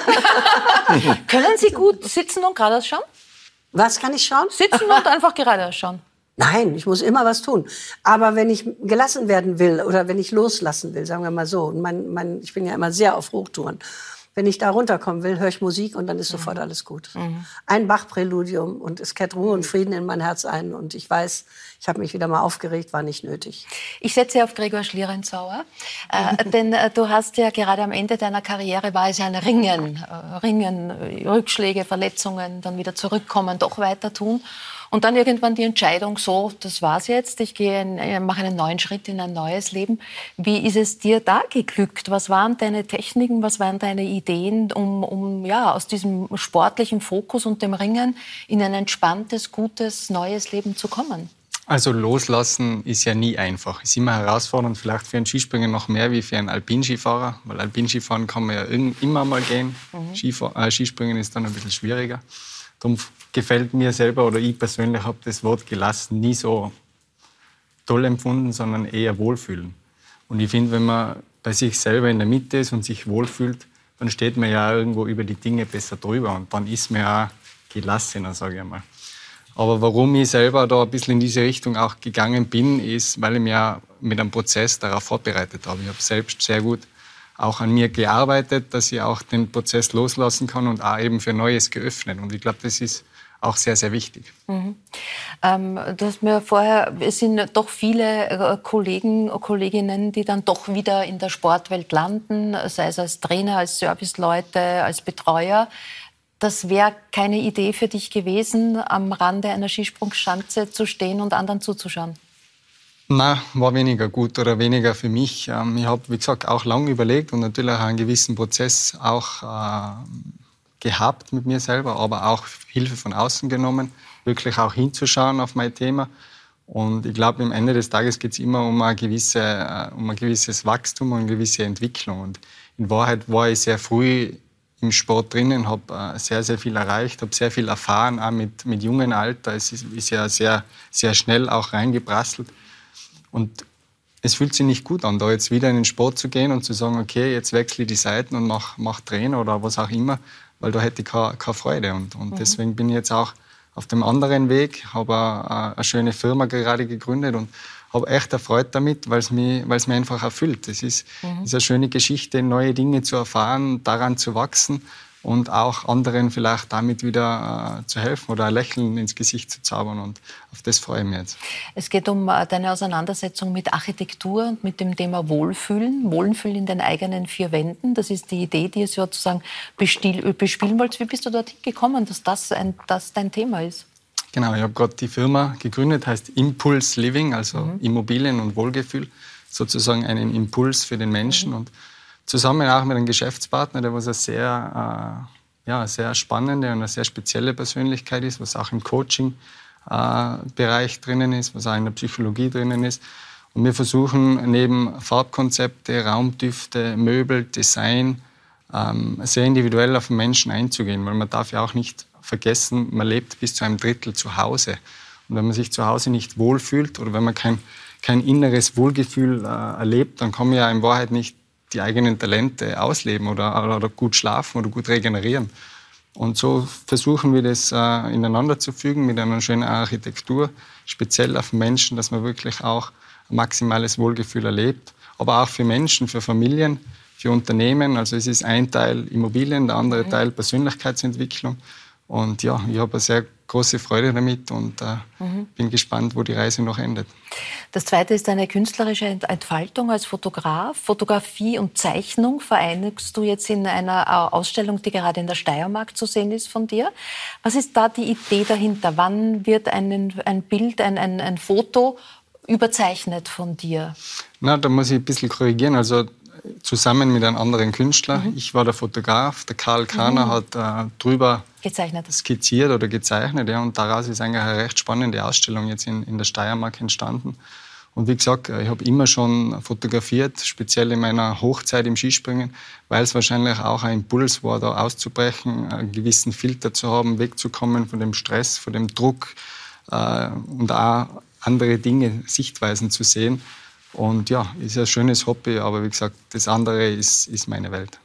Können Sie gut sitzen und geradeaus schauen? Was kann ich schauen? Sitzen und einfach geradeaus schauen. Nein, ich muss immer was tun. Aber wenn ich gelassen werden will oder wenn ich loslassen will, sagen wir mal so, und ich bin ja immer sehr auf Hochtouren, wenn ich da runterkommen will, höre ich Musik und dann ist sofort alles gut. Ein Bach-Präludium und es kehrt Ruhe und Frieden in mein Herz ein. Und ich weiß, ich habe mich wieder mal aufgeregt, war nicht nötig. Ich setze auf Gregor Schlierenzauer, denn du hast ja gerade am Ende deiner Karriere war es ja ein Ringen, Rückschläge, Verletzungen, dann wieder zurückkommen, doch weiter tun. Und dann irgendwann die Entscheidung, so, das war's jetzt, ich mache einen neuen Schritt in ein neues Leben. Wie ist es dir da geglückt? Was waren deine Techniken, was waren deine Ideen, um aus diesem sportlichen Fokus und dem Ringen in ein entspanntes, gutes, neues Leben zu kommen? Also loslassen ist ja nie einfach. Ist immer herausfordernd, vielleicht für einen Skispringer noch mehr wie für einen Alpinskifahrer, weil Alpinskifahren kann man ja immer mal gehen. Skispringen ist dann ein bisschen schwieriger. Darum gefällt mir selber oder ich persönlich habe das Wort gelassen nie so toll empfunden, sondern eher wohlfühlen. Und ich finde, wenn man bei sich selber in der Mitte ist und sich wohlfühlt, dann steht man ja irgendwo über die Dinge besser drüber und dann ist man ja gelassener, sage ich einmal. Aber warum ich selber da ein bisschen in diese Richtung auch gegangen bin, ist, weil ich mich ja mit einem Prozess darauf vorbereitet habe. Ich habe selbst sehr gut auch an mir gearbeitet, dass ich auch den Prozess loslassen kann und auch eben für Neues geöffnet. Und ich glaube, das ist auch sehr, sehr wichtig. Du hast mir vorher, es sind doch viele Kollegen, Kolleginnen, die dann doch wieder in der Sportwelt landen, sei es als Trainer, als Serviceleute, als Betreuer. Das wäre keine Idee für dich gewesen, am Rande einer Skisprungschanze zu stehen und anderen zuzuschauen? Nein, war weniger gut oder weniger für mich. Ich habe, wie gesagt, auch lange überlegt und natürlich auch einen gewissen Prozess auch gehabt mit mir selber, aber auch Hilfe von außen genommen, wirklich auch hinzuschauen auf mein Thema. Und ich glaube, am Ende des Tages geht es immer um ein gewisses Wachstum und eine gewisse Entwicklung. Und in Wahrheit war ich sehr früh im Sport drinnen, habe sehr, sehr viel erreicht, habe sehr viel erfahren, auch mit jungem Alter. Es ist ja sehr, sehr schnell auch reingeprasselt. Und es fühlt sich nicht gut an, da jetzt wieder in den Sport zu gehen und zu sagen, okay, jetzt wechsle ich die Seiten und mach Trainer oder was auch immer, weil da hätte ich keine Freude. Und deswegen bin ich jetzt auch auf dem anderen Weg, habe eine schöne Firma gerade gegründet und habe echt Freude damit, weil es mich einfach erfüllt. Es ist eine schöne Geschichte, neue Dinge zu erfahren, daran zu wachsen und auch anderen vielleicht damit wieder zu helfen oder ein Lächeln ins Gesicht zu zaubern. Und auf das freue ich mich jetzt. Es geht um deine Auseinandersetzung mit Architektur und mit dem Thema Wohlfühlen. Wohlfühlen in den eigenen vier Wänden. Das ist die Idee, die ihr sozusagen bespielen wollt. Wie bist du dorthin gekommen, dass das dein Thema ist? Genau, ich habe gerade die Firma gegründet, heißt Impulse Living, also Immobilien und Wohlgefühl. Sozusagen einen Impuls für den Menschen. Und zusammen auch mit einem Geschäftspartner, der was eine sehr spannende und eine sehr spezielle Persönlichkeit ist, was auch im Coaching-Bereich drinnen ist, was auch in der Psychologie drinnen ist. Und wir versuchen neben Farbkonzepte, Raumdüfte, Möbel, Design sehr individuell auf den Menschen einzugehen, weil man darf ja auch nicht vergessen, man lebt bis zu einem Drittel zu Hause. Und wenn man sich zu Hause nicht wohlfühlt oder wenn man kein inneres Wohlgefühl erlebt, dann kann man ja in Wahrheit nicht die eigenen Talente ausleben oder gut schlafen oder gut regenerieren. Und so versuchen wir das ineinander zu fügen mit einer schönen Architektur, speziell auf Menschen, dass man wirklich auch ein maximales Wohlgefühl erlebt. Aber auch für Menschen, für Familien, für Unternehmen. Also es ist ein Teil Immobilien, der andere Teil Persönlichkeitsentwicklung. Und ja, ich habe eine sehr große Freude damit und bin gespannt, wo die Reise noch endet. Das Zweite ist eine künstlerische Entfaltung als Fotograf. Fotografie und Zeichnung vereinigst du jetzt in einer Ausstellung, die gerade in der Steiermark zu sehen ist von dir. Was ist da die Idee dahinter? Wann wird ein Bild, ein Foto überzeichnet von dir? Na, da muss ich ein bisschen korrigieren. Also zusammen mit einem anderen Künstler. Ich war der Fotograf, der Karl Kahner hat drüber skizziert oder gezeichnet. Ja, und daraus ist eigentlich eine recht spannende Ausstellung jetzt in der Steiermark entstanden. Und wie gesagt, ich habe immer schon fotografiert, speziell in meiner Hochzeit im Skispringen, weil es wahrscheinlich auch ein Impuls war, da auszubrechen, einen gewissen Filter zu haben, wegzukommen von dem Stress, von dem Druck und auch andere Dinge, Sichtweisen zu sehen. Und ja, ist ein schönes Hobby, aber wie gesagt, das andere ist meine Welt.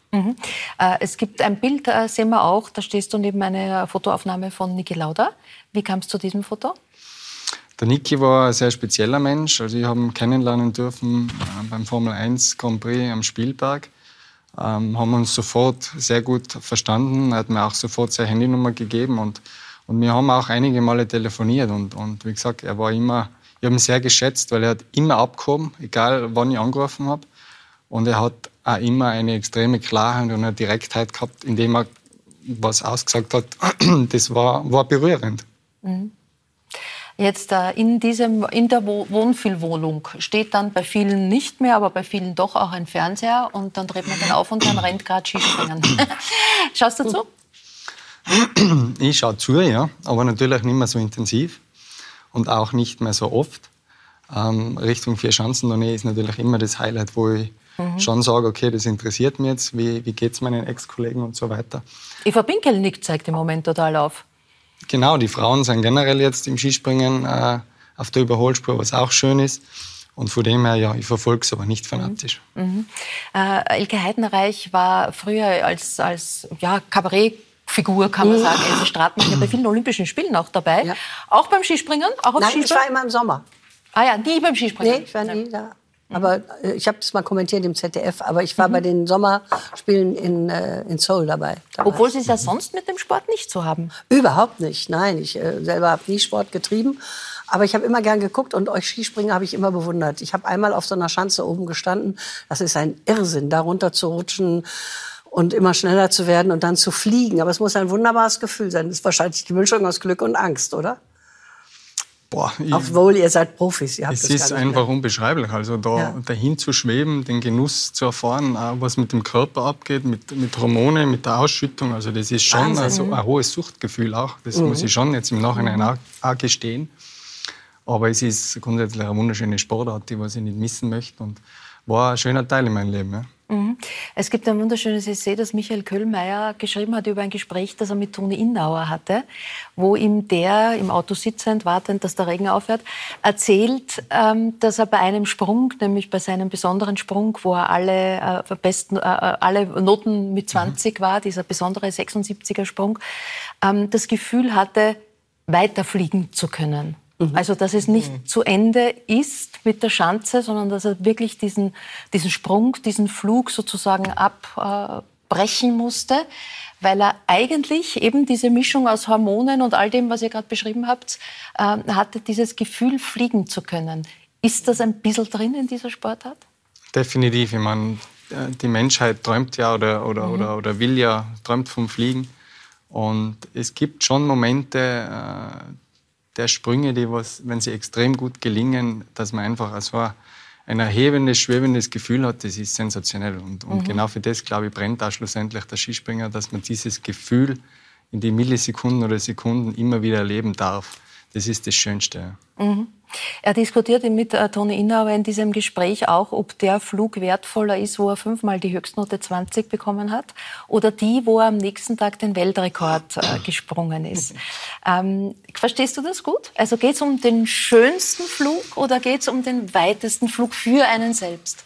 Es gibt ein Bild, sehen wir auch, da stehst du neben einer Fotoaufnahme von Niki Lauda. Wie kam es zu diesem Foto? Der Niki war ein sehr spezieller Mensch. Also ich habe ihn kennenlernen dürfen beim Formel 1 Grand Prix am Spielberg. Haben uns sofort sehr gut verstanden. Er hat mir auch sofort seine Handynummer gegeben und wir haben auch einige Male telefoniert. Und wie gesagt, er war immer... Ich habe ihn sehr geschätzt, weil er hat immer abgehoben, egal wann ich angerufen habe. Und er hat auch immer eine extreme Klarheit und eine Direktheit gehabt, indem er was ausgesagt hat. Das war berührend. Jetzt in der Wohnfühlwohnung steht dann bei vielen nicht mehr, aber bei vielen doch auch ein Fernseher. Und dann dreht man den auf und dann rennt gerade Skispringen. Schaust du zu? Ich schaue zu, ja, aber natürlich nicht mehr so intensiv. Und auch nicht mehr so oft. Richtung Vierschanzentournee ist natürlich immer das Highlight, wo ich schon sage, okay, das interessiert mich jetzt, wie geht es meinen Ex-Kollegen und so weiter. Eva Pinkelnick zeigt im Moment total auf. Genau, die Frauen sind generell jetzt im Skispringen auf der Überholspur, was auch schön ist. Und von dem her, ja, ich verfolge es aber nicht fanatisch. Elke Heidenreich war früher als Kabarettfigur, kann man sagen. Else Stratmann, ja bei vielen Olympischen Spielen auch dabei. Ja. Auch beim Skispringen? Auch auf Nein, Skispringen? ich war immer im Sommer. Ah ja, nie beim Skispringen? Nee, ich war nie da. Aber ich habe das mal kommentiert im ZDF, aber ich war bei den Sommerspielen in Seoul dabei. Obwohl Sie es ja sonst mit dem Sport nicht so haben? Überhaupt nicht, nein. Ich selber habe nie Sport getrieben. Aber ich habe immer gern geguckt und euch Skispringen habe ich immer bewundert. Ich habe einmal auf so einer Schanze oben gestanden. Das ist ein Irrsinn, da runter zu rutschen und immer schneller zu werden und dann zu fliegen. Aber es muss ein wunderbares Gefühl sein. Das ist wahrscheinlich die Mischung aus Glück und Angst, oder? Boah, obwohl ihr seid Profis. Es ist einfach unbeschreiblich. Also dahin zu schweben, den Genuss zu erfahren, auch was mit dem Körper abgeht, mit Hormone, mit der Ausschüttung. Also das ist schon ein hohes Suchtgefühl auch. Das muss ich schon jetzt im Nachhinein auch gestehen. Aber es ist grundsätzlich eine wunderschöne Sportart, die was ich nicht missen möchte. Und war ein schöner Teil in meinem Leben. Ja. Es gibt ein wunderschönes Essay, das Michael Köhlmeier geschrieben hat über ein Gespräch, das er mit Toni Innauer hatte, wo ihm der im Auto sitzend, wartend, dass der Regen aufhört, erzählt, dass er bei einem Sprung, nämlich bei seinem besonderen Sprung, wo er alle Noten mit 20 war, dieser besondere 76er-Sprung, das Gefühl hatte, weiterfliegen zu können. Also, dass es nicht zu Ende ist mit der Schanze, sondern dass er wirklich diesen Sprung, diesen Flug sozusagen brechen musste, weil er eigentlich eben diese Mischung aus Hormonen und all dem, was ihr gerade beschrieben habt, hatte dieses Gefühl, fliegen zu können. Ist das ein bisschen drin in dieser Sportart? Definitiv. Ich meine, die Menschheit träumt ja oder will ja, träumt vom Fliegen. Und es gibt schon Momente der Sprünge, die, wenn sie extrem gut gelingen, dass man einfach so ein erhebendes, schwebendes Gefühl hat, das ist sensationell. Und genau für das, glaube ich, brennt auch schlussendlich der Skispringer, dass man dieses Gefühl in die Millisekunden oder Sekunden immer wieder erleben darf. Das ist das Schönste. Mhm. Er diskutierte mit Toni Innauer in diesem Gespräch auch, ob der Flug wertvoller ist, wo er 5-mal die Höchstnote 20 bekommen hat, oder die, wo er am nächsten Tag den Weltrekord gesprungen ist. Verstehst du das gut? Also geht es um den schönsten Flug oder geht es um den weitesten Flug für einen selbst?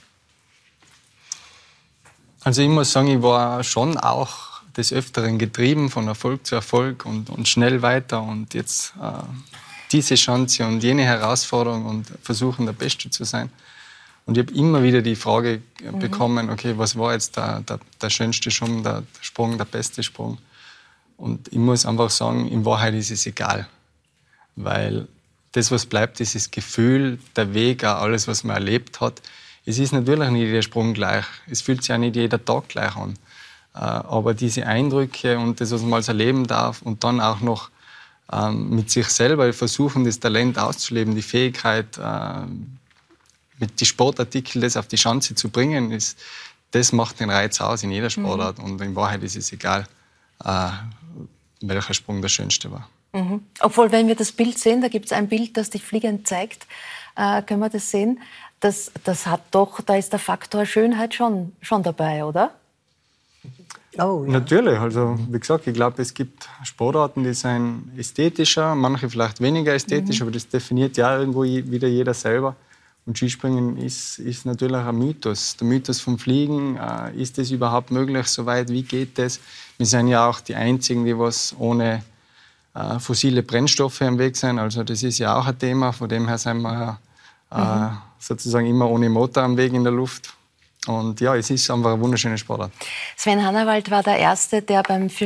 Also ich muss sagen, ich war schon auch des Öfteren getrieben von Erfolg zu Erfolg und schnell weiter und jetzt diese Chance und jene Herausforderung und versuchen, der Beste zu sein. Und ich habe immer wieder die Frage bekommen, okay, was war jetzt der schönste Sprung, der beste Sprung? Und ich muss einfach sagen, in Wahrheit ist es egal. Weil das, was bleibt, ist das Gefühl, der Weg, auch alles, was man erlebt hat. Es ist natürlich nicht jeder Sprung gleich. Es fühlt sich auch nicht jeder Tag gleich an. Aber diese Eindrücke und das, was man alles erleben darf und dann auch noch mit sich selber versuchen, das Talent auszuleben, die Fähigkeit, mit den Sportartikeln das auf die Schanze zu bringen, das macht den Reiz aus in jeder Sportart. Und in Wahrheit ist es egal, welcher Sprung der schönste war. Mhm. Obwohl, wenn wir das Bild sehen, da gibt es ein Bild, das dich fliegend zeigt, können wir das sehen, da ist der Faktor Schönheit schon dabei, oder? Oh, ja. Natürlich, also wie gesagt, ich glaube, es gibt Sportarten, die sind ästhetischer, manche vielleicht weniger ästhetisch, aber das definiert ja irgendwo wieder jeder selber. Und Skispringen ist natürlich ein Mythos. Der Mythos vom Fliegen, ist es überhaupt möglich, so weit, wie geht das? Wir sind ja auch die Einzigen, die was ohne fossile Brennstoffe am Weg sind, also das ist ja auch ein Thema, von dem her sind wir sozusagen immer ohne Motor am Weg in der Luft. Und ja, es ist einfach eine wunderschöne Sportart. Sven Hannawald war der Erste, der bei der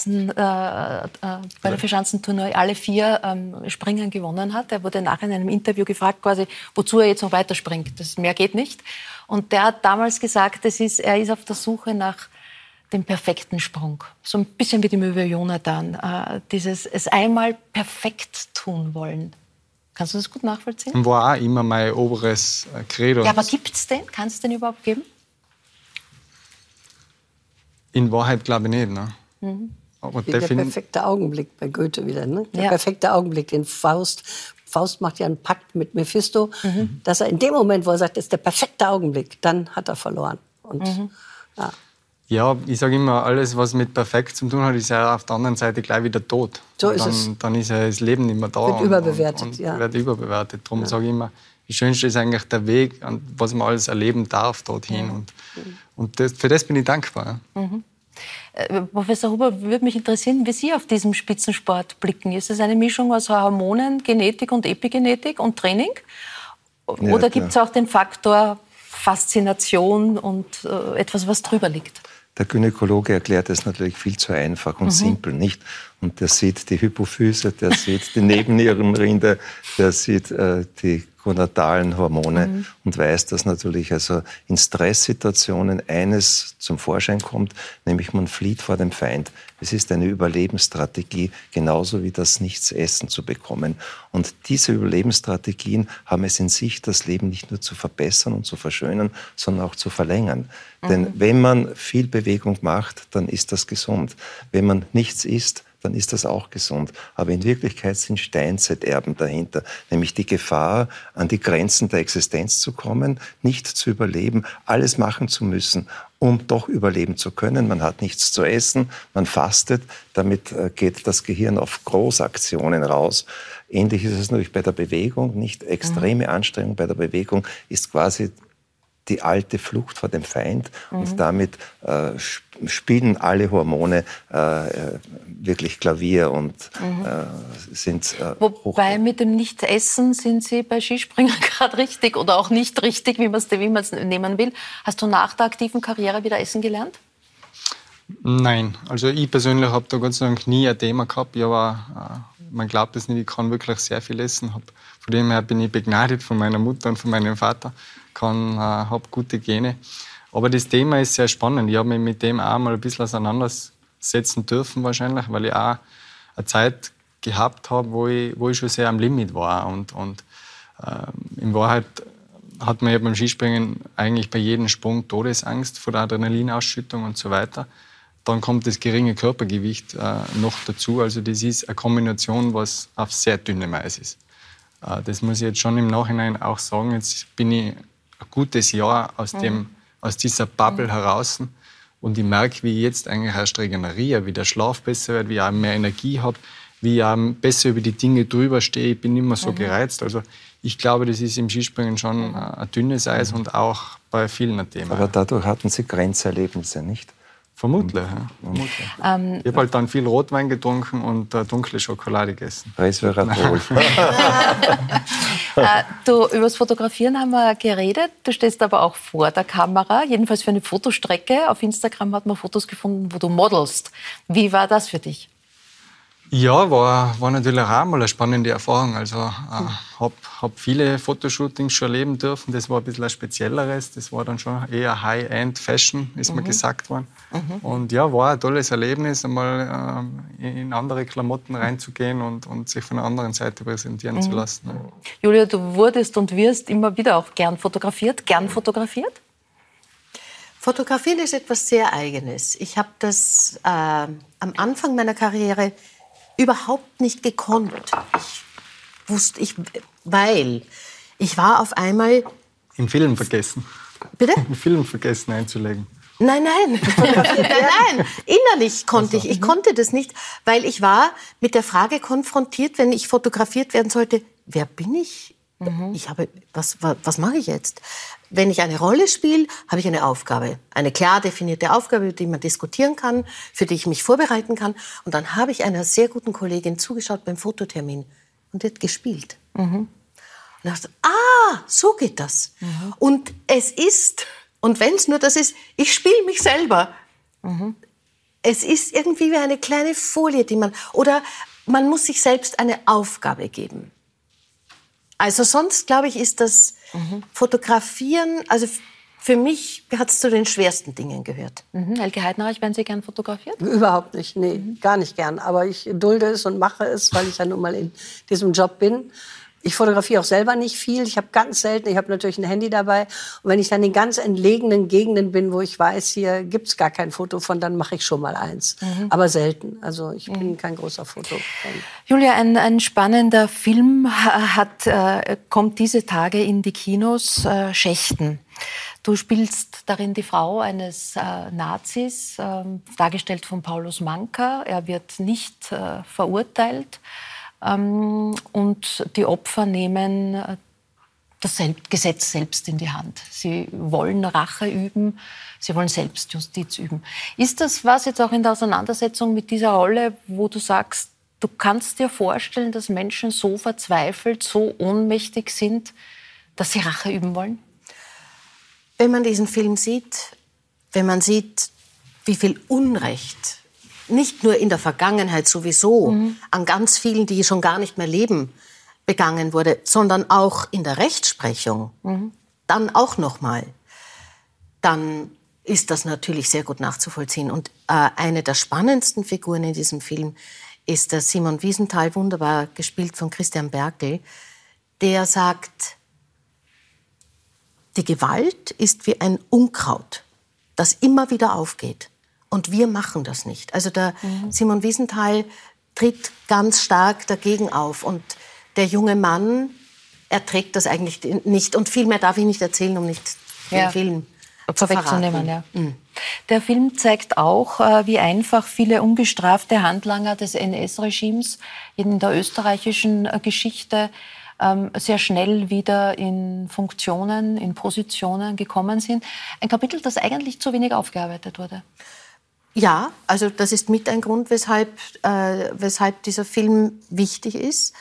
Vierschanzentournee alle 4 Springen gewonnen hat. Er wurde nachher in einem Interview gefragt, quasi, wozu er jetzt noch weiterspringt. Mehr geht nicht. Und der hat damals gesagt, er ist auf der Suche nach dem perfekten Sprung. So ein bisschen wie die Möwe Jonathan. Es einmal perfekt tun wollen. Kannst du das gut nachvollziehen? War auch immer mein oberes Credo. Ja, aber gibt's den? Kann es den überhaupt geben? In Wahrheit glaube ich nicht. Ne? Aber der perfekte Augenblick bei Goethe wieder. Ne? Der perfekte Augenblick, den Faust macht ja einen Pakt mit Mephisto, dass er in dem Moment, wo er sagt, das ist der perfekte Augenblick, dann hat er verloren. Und, ja, ich sage immer, alles, was mit perfekt zu tun hat, ist ja auf der anderen Seite gleich wieder tot. So ist es. Dann ist ja das Leben nicht mehr da. Wird überbewertet, wird überbewertet. Darum sage ich immer, das Schönste ist eigentlich der Weg, was man alles erleben darf dorthin. Und für das bin ich dankbar. Professor Huber, würde mich interessieren, wie Sie auf diesen Spitzensport blicken. Ist es eine Mischung aus Hormonen, Genetik und Epigenetik und Training? Oder gibt es auch den Faktor Faszination und etwas, was drüber liegt? Der Gynäkologe erklärt es natürlich viel zu einfach und simpel, nicht? Und der sieht die Hypophyse, der sieht die Nebennierenrinde, der sieht die gonadalen Hormone und weiß, dass natürlich also in Stresssituationen eines zum Vorschein kommt, nämlich man flieht vor dem Feind. Es ist eine Überlebensstrategie, genauso wie das Nichtsessen zu bekommen. Und diese Überlebensstrategien haben es in sich, das Leben nicht nur zu verbessern und zu verschönern, sondern auch zu verlängern. Denn wenn man viel Bewegung macht, dann ist das gesund. Wenn man nichts isst, dann ist das auch gesund. Aber in Wirklichkeit sind Steinzeiterben dahinter, nämlich die Gefahr, an die Grenzen der Existenz zu kommen, nicht zu überleben, alles machen zu müssen, um doch überleben zu können. Man hat nichts zu essen, man fastet, damit geht das Gehirn auf Großaktionen raus. Ähnlich ist es natürlich bei der Bewegung, nicht extreme Anstrengung bei der Bewegung ist quasi die alte Flucht vor dem Feind und damit spielen alle Hormone wirklich Klavier und sind Wobei mit dem Nichtessen sind Sie bei Skispringern gerade richtig oder auch nicht richtig, wie man es nehmen will. Hast du nach der aktiven Karriere wieder essen gelernt? Nein, also ich persönlich habe da Gott sei Dank nie ein Thema gehabt. Man glaubt es nicht, ich kann wirklich sehr viel essen. Von dem her bin ich begnadet von meiner Mutter und von meinem Vater, habe gute Gene. Aber das Thema ist sehr spannend. Ich habe mich mit dem auch mal ein bisschen auseinandersetzen dürfen wahrscheinlich, weil ich auch eine Zeit gehabt habe, wo ich schon sehr am Limit war. Und in Wahrheit hat man ja beim Skispringen eigentlich bei jedem Sprung Todesangst vor der Adrenalinausschüttung und so weiter. Dann kommt das geringe Körpergewicht noch dazu. Also das ist eine Kombination, was auf sehr dünnem Eis ist. Das muss ich jetzt schon im Nachhinein auch sagen. Jetzt bin ich ein gutes Jahr aus dieser Bubble heraus. Und ich merke, wie ich jetzt eigentlich erst regeneriere, wie der Schlaf besser wird, wie ich auch mehr Energie habe, wie ich auch besser über die Dinge drüber stehe. Ich bin nicht mehr so gereizt. Also ich glaube, das ist im Skispringen schon ein dünnes Eis und auch bei vielen ein Thema. Aber dadurch hatten Sie Grenzerlebnisse, nicht? Vermutlich, ja. Vermutlich. Ich habe halt dann viel Rotwein getrunken und dunkle Schokolade gegessen. Resveratrol. Über das Fotografieren haben wir geredet. Du stehst aber auch vor der Kamera, jedenfalls für eine Fotostrecke. Auf Instagram hat man Fotos gefunden, wo du modelst. Wie war das für dich? Ja, war natürlich auch mal eine spannende Erfahrung. Also hab viele Fotoshootings schon erleben dürfen. Das war ein bisschen ein spezielleres. Das war dann schon eher High-End-Fashion, ist mir gesagt worden. Und ja, war ein tolles Erlebnis, einmal in andere Klamotten reinzugehen und sich von der anderen Seite präsentieren zu lassen. Julia, du wurdest und wirst immer wieder auch gern fotografiert. Gern fotografiert? Fotografieren ist etwas sehr Eigenes. Ich habe das am Anfang meiner Karriere überhaupt nicht gekonnt. Weil ich war auf einmal... Im Film vergessen. Bitte? Im Film vergessen einzulegen. Nein. Innerlich konnte ich konnte das nicht, weil ich war mit der Frage konfrontiert, wenn ich fotografiert werden sollte, wer bin ich? Was mache ich jetzt? Wenn ich eine Rolle spiele, habe ich eine Aufgabe. Eine klar definierte Aufgabe, über die man diskutieren kann, für die ich mich vorbereiten kann. Und dann habe ich einer sehr guten Kollegin zugeschaut beim Fototermin. Und die hat gespielt. Und ich dachte, so geht das. Und es ist, und wenn es nur das ist, ich spiele mich selber. Es ist irgendwie wie eine kleine Folie, oder man muss sich selbst eine Aufgabe geben. Also sonst, glaube ich, ist das Fotografieren, also für mich hat es zu den schwersten Dingen gehört. Elke Heidenreich, werden Sie gern fotografiert? Überhaupt nicht, nee, gar nicht gern. Aber ich dulde es und mache es, weil ich ja nun mal in diesem Job bin. Ich fotografiere auch selber nicht viel. Ich habe ganz selten, ich habe natürlich ein Handy dabei. Und wenn ich dann in ganz entlegenen Gegenden bin, wo ich weiß, hier gibt's gar kein Foto von, dann mache ich schon mal eins. Aber selten. Also ich bin kein großer Fotofan. Julia, ein spannender Film kommt diese Tage in die Kinos, Schächten. Du spielst darin die Frau eines Nazis, dargestellt von Paulus Manka. Er wird nicht verurteilt. Und die Opfer nehmen das Gesetz selbst in die Hand. Sie wollen Rache üben, sie wollen Selbstjustiz üben. Ist das was jetzt auch in der Auseinandersetzung mit dieser Rolle, wo du sagst, du kannst dir vorstellen, dass Menschen so verzweifelt, so ohnmächtig sind, dass sie Rache üben wollen? Wenn man diesen Film sieht, wenn man sieht, wie viel Unrecht nicht nur in der Vergangenheit sowieso an ganz vielen, die schon gar nicht mehr leben, begangen wurde, sondern auch in der Rechtsprechung, dann auch nochmal, dann ist das natürlich sehr gut nachzuvollziehen. Und eine der spannendsten Figuren in diesem Film ist der Simon Wiesenthal, wunderbar gespielt von Christian Berkel, der sagt, die Gewalt ist wie ein Unkraut, das immer wieder aufgeht. Und wir machen das nicht. Also der Simon Wiesenthal tritt ganz stark dagegen auf. Und der junge Mann erträgt das eigentlich nicht. Und viel mehr darf ich nicht erzählen, um nicht den Film vorwegzunehmen. Ja. Der Film zeigt auch, wie einfach viele ungestrafte Handlanger des NS-Regimes in der österreichischen Geschichte sehr schnell wieder in Funktionen, in Positionen gekommen sind. Ein Kapitel, das eigentlich zu wenig aufgearbeitet wurde. Ja, also das ist mit ein Grund, weshalb dieser Film wichtig ist.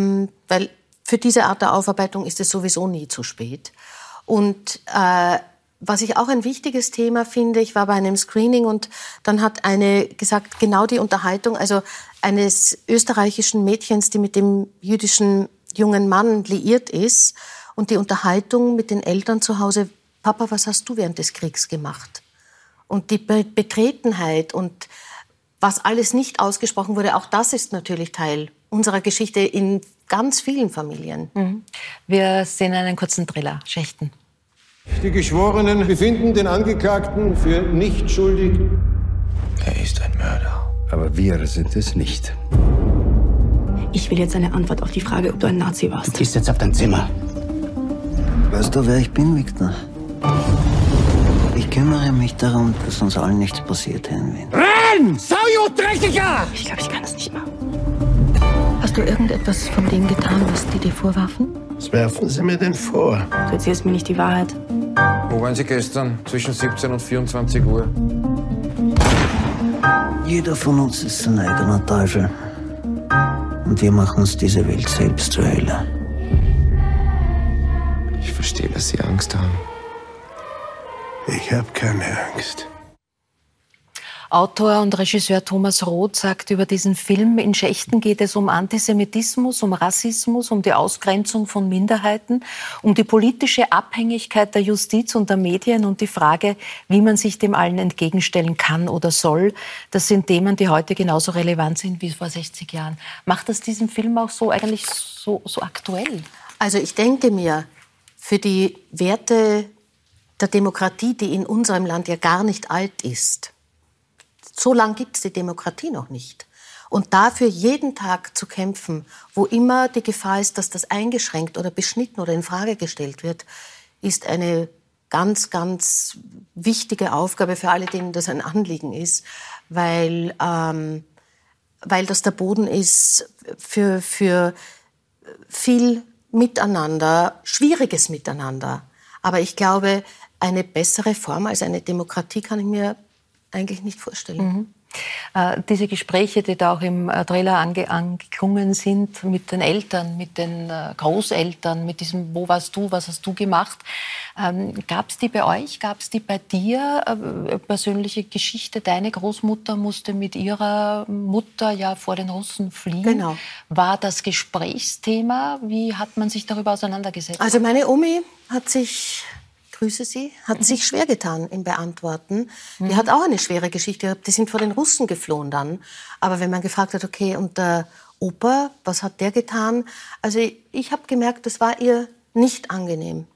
Weil für diese Art der Aufarbeitung ist es sowieso nie zu spät. Und was ich auch ein wichtiges Thema finde, ich war bei einem Screening und dann hat eine gesagt, genau die Unterhaltung, also eines österreichischen Mädchens, die mit dem jüdischen jungen Mann liiert ist und die Unterhaltung mit den Eltern zu Hause, Papa, was hast du während des Kriegs gemacht? Und die Betretenheit und was alles nicht ausgesprochen wurde, auch das ist natürlich Teil unserer Geschichte in ganz vielen Familien. Mhm. Wir sehen einen kurzen Trailer. Schächten. Die Geschworenen befinden den Angeklagten für nicht schuldig. Er ist ein Mörder. Aber wir sind es nicht. Ich will jetzt eine Antwort auf die Frage, ob du ein Nazi warst. Du gehst jetzt auf dein Zimmer. Weißt du, wer ich bin, Victor? Ich kümmere mich darum, dass uns allen nichts passiert hier in Wien. Renn! Saujudträchtiger! Ich glaube, ich kann das nicht machen. Hast du irgendetwas von dem getan, was die dir vorwarfen? Was werfen Sie mir denn vor? Du erzählst mir nicht die Wahrheit. Wo waren Sie gestern zwischen 17 und 24 Uhr? Jeder von uns ist sein eigener Teufel. Und wir machen uns diese Welt selbst zur Hölle. Ich verstehe, dass Sie Angst haben. Ich habe keine Angst. Autor und Regisseur Thomas Roth sagt über diesen Film, in Schächten geht es um Antisemitismus, um Rassismus, um die Ausgrenzung von Minderheiten, um die politische Abhängigkeit der Justiz und der Medien und die Frage, wie man sich dem allen entgegenstellen kann oder soll. Das sind Themen, die heute genauso relevant sind wie vor 60 Jahren. Macht das diesen Film auch so eigentlich so aktuell? Also ich denke mir, für die Werte der Demokratie, die in unserem Land ja gar nicht alt ist, so lange gibt es die Demokratie noch nicht. Und dafür jeden Tag zu kämpfen, wo immer die Gefahr ist, dass das eingeschränkt oder beschnitten oder in Frage gestellt wird, ist eine ganz, ganz wichtige Aufgabe für alle, denen das ein Anliegen ist, weil das der Boden ist für viel Miteinander, schwieriges Miteinander. Aber ich glaube, eine bessere Form als eine Demokratie kann ich mir eigentlich nicht vorstellen. Diese Gespräche, die da auch im Trailer angeklungen sind, mit den Eltern, mit den Großeltern, mit diesem Wo warst du, was hast du gemacht, gab es die bei euch, gab es die bei dir? Persönliche Geschichte, deine Großmutter musste mit ihrer Mutter ja vor den Russen fliehen. Genau. War das Gesprächsthema? Wie hat man sich darüber auseinandergesetzt? Also meine Omi hat sich... Grüße Sie, hat sich schwer getan im Beantworten. Die hat auch eine schwere Geschichte gehabt. Die sind vor den Russen geflohen dann. Aber wenn man gefragt hat, okay, und der Opa, was hat der getan? Also ich habe gemerkt, das war ihr nicht angenehm.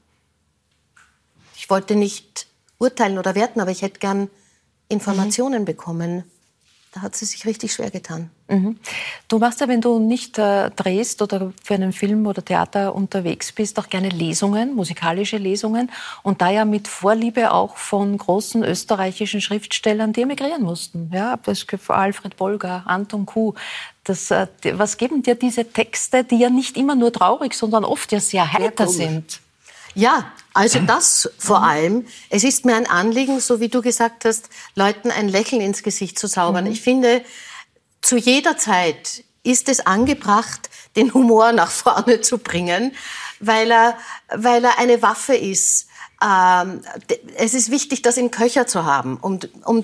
Ich wollte nicht urteilen oder werten, aber ich hätte gern Informationen bekommen. Da hat sie sich richtig schwer getan. Du machst ja, wenn du nicht drehst oder für einen Film oder Theater unterwegs bist, auch gerne Lesungen, musikalische Lesungen. Und da ja mit Vorliebe auch von großen österreichischen Schriftstellern, die emigrieren mussten. Ja, das Alfred Bolger, Anton Kuh. Was geben dir diese Texte, die ja nicht immer nur traurig, sondern oft ja sehr heiter sind? Ja, also das vor allem. Es ist mir ein Anliegen, so wie du gesagt hast, Leuten ein Lächeln ins Gesicht zu zaubern. Ich finde, zu jeder Zeit ist es angebracht, den Humor nach vorne zu bringen, weil er eine Waffe ist. Es ist wichtig, das im Köcher zu haben, um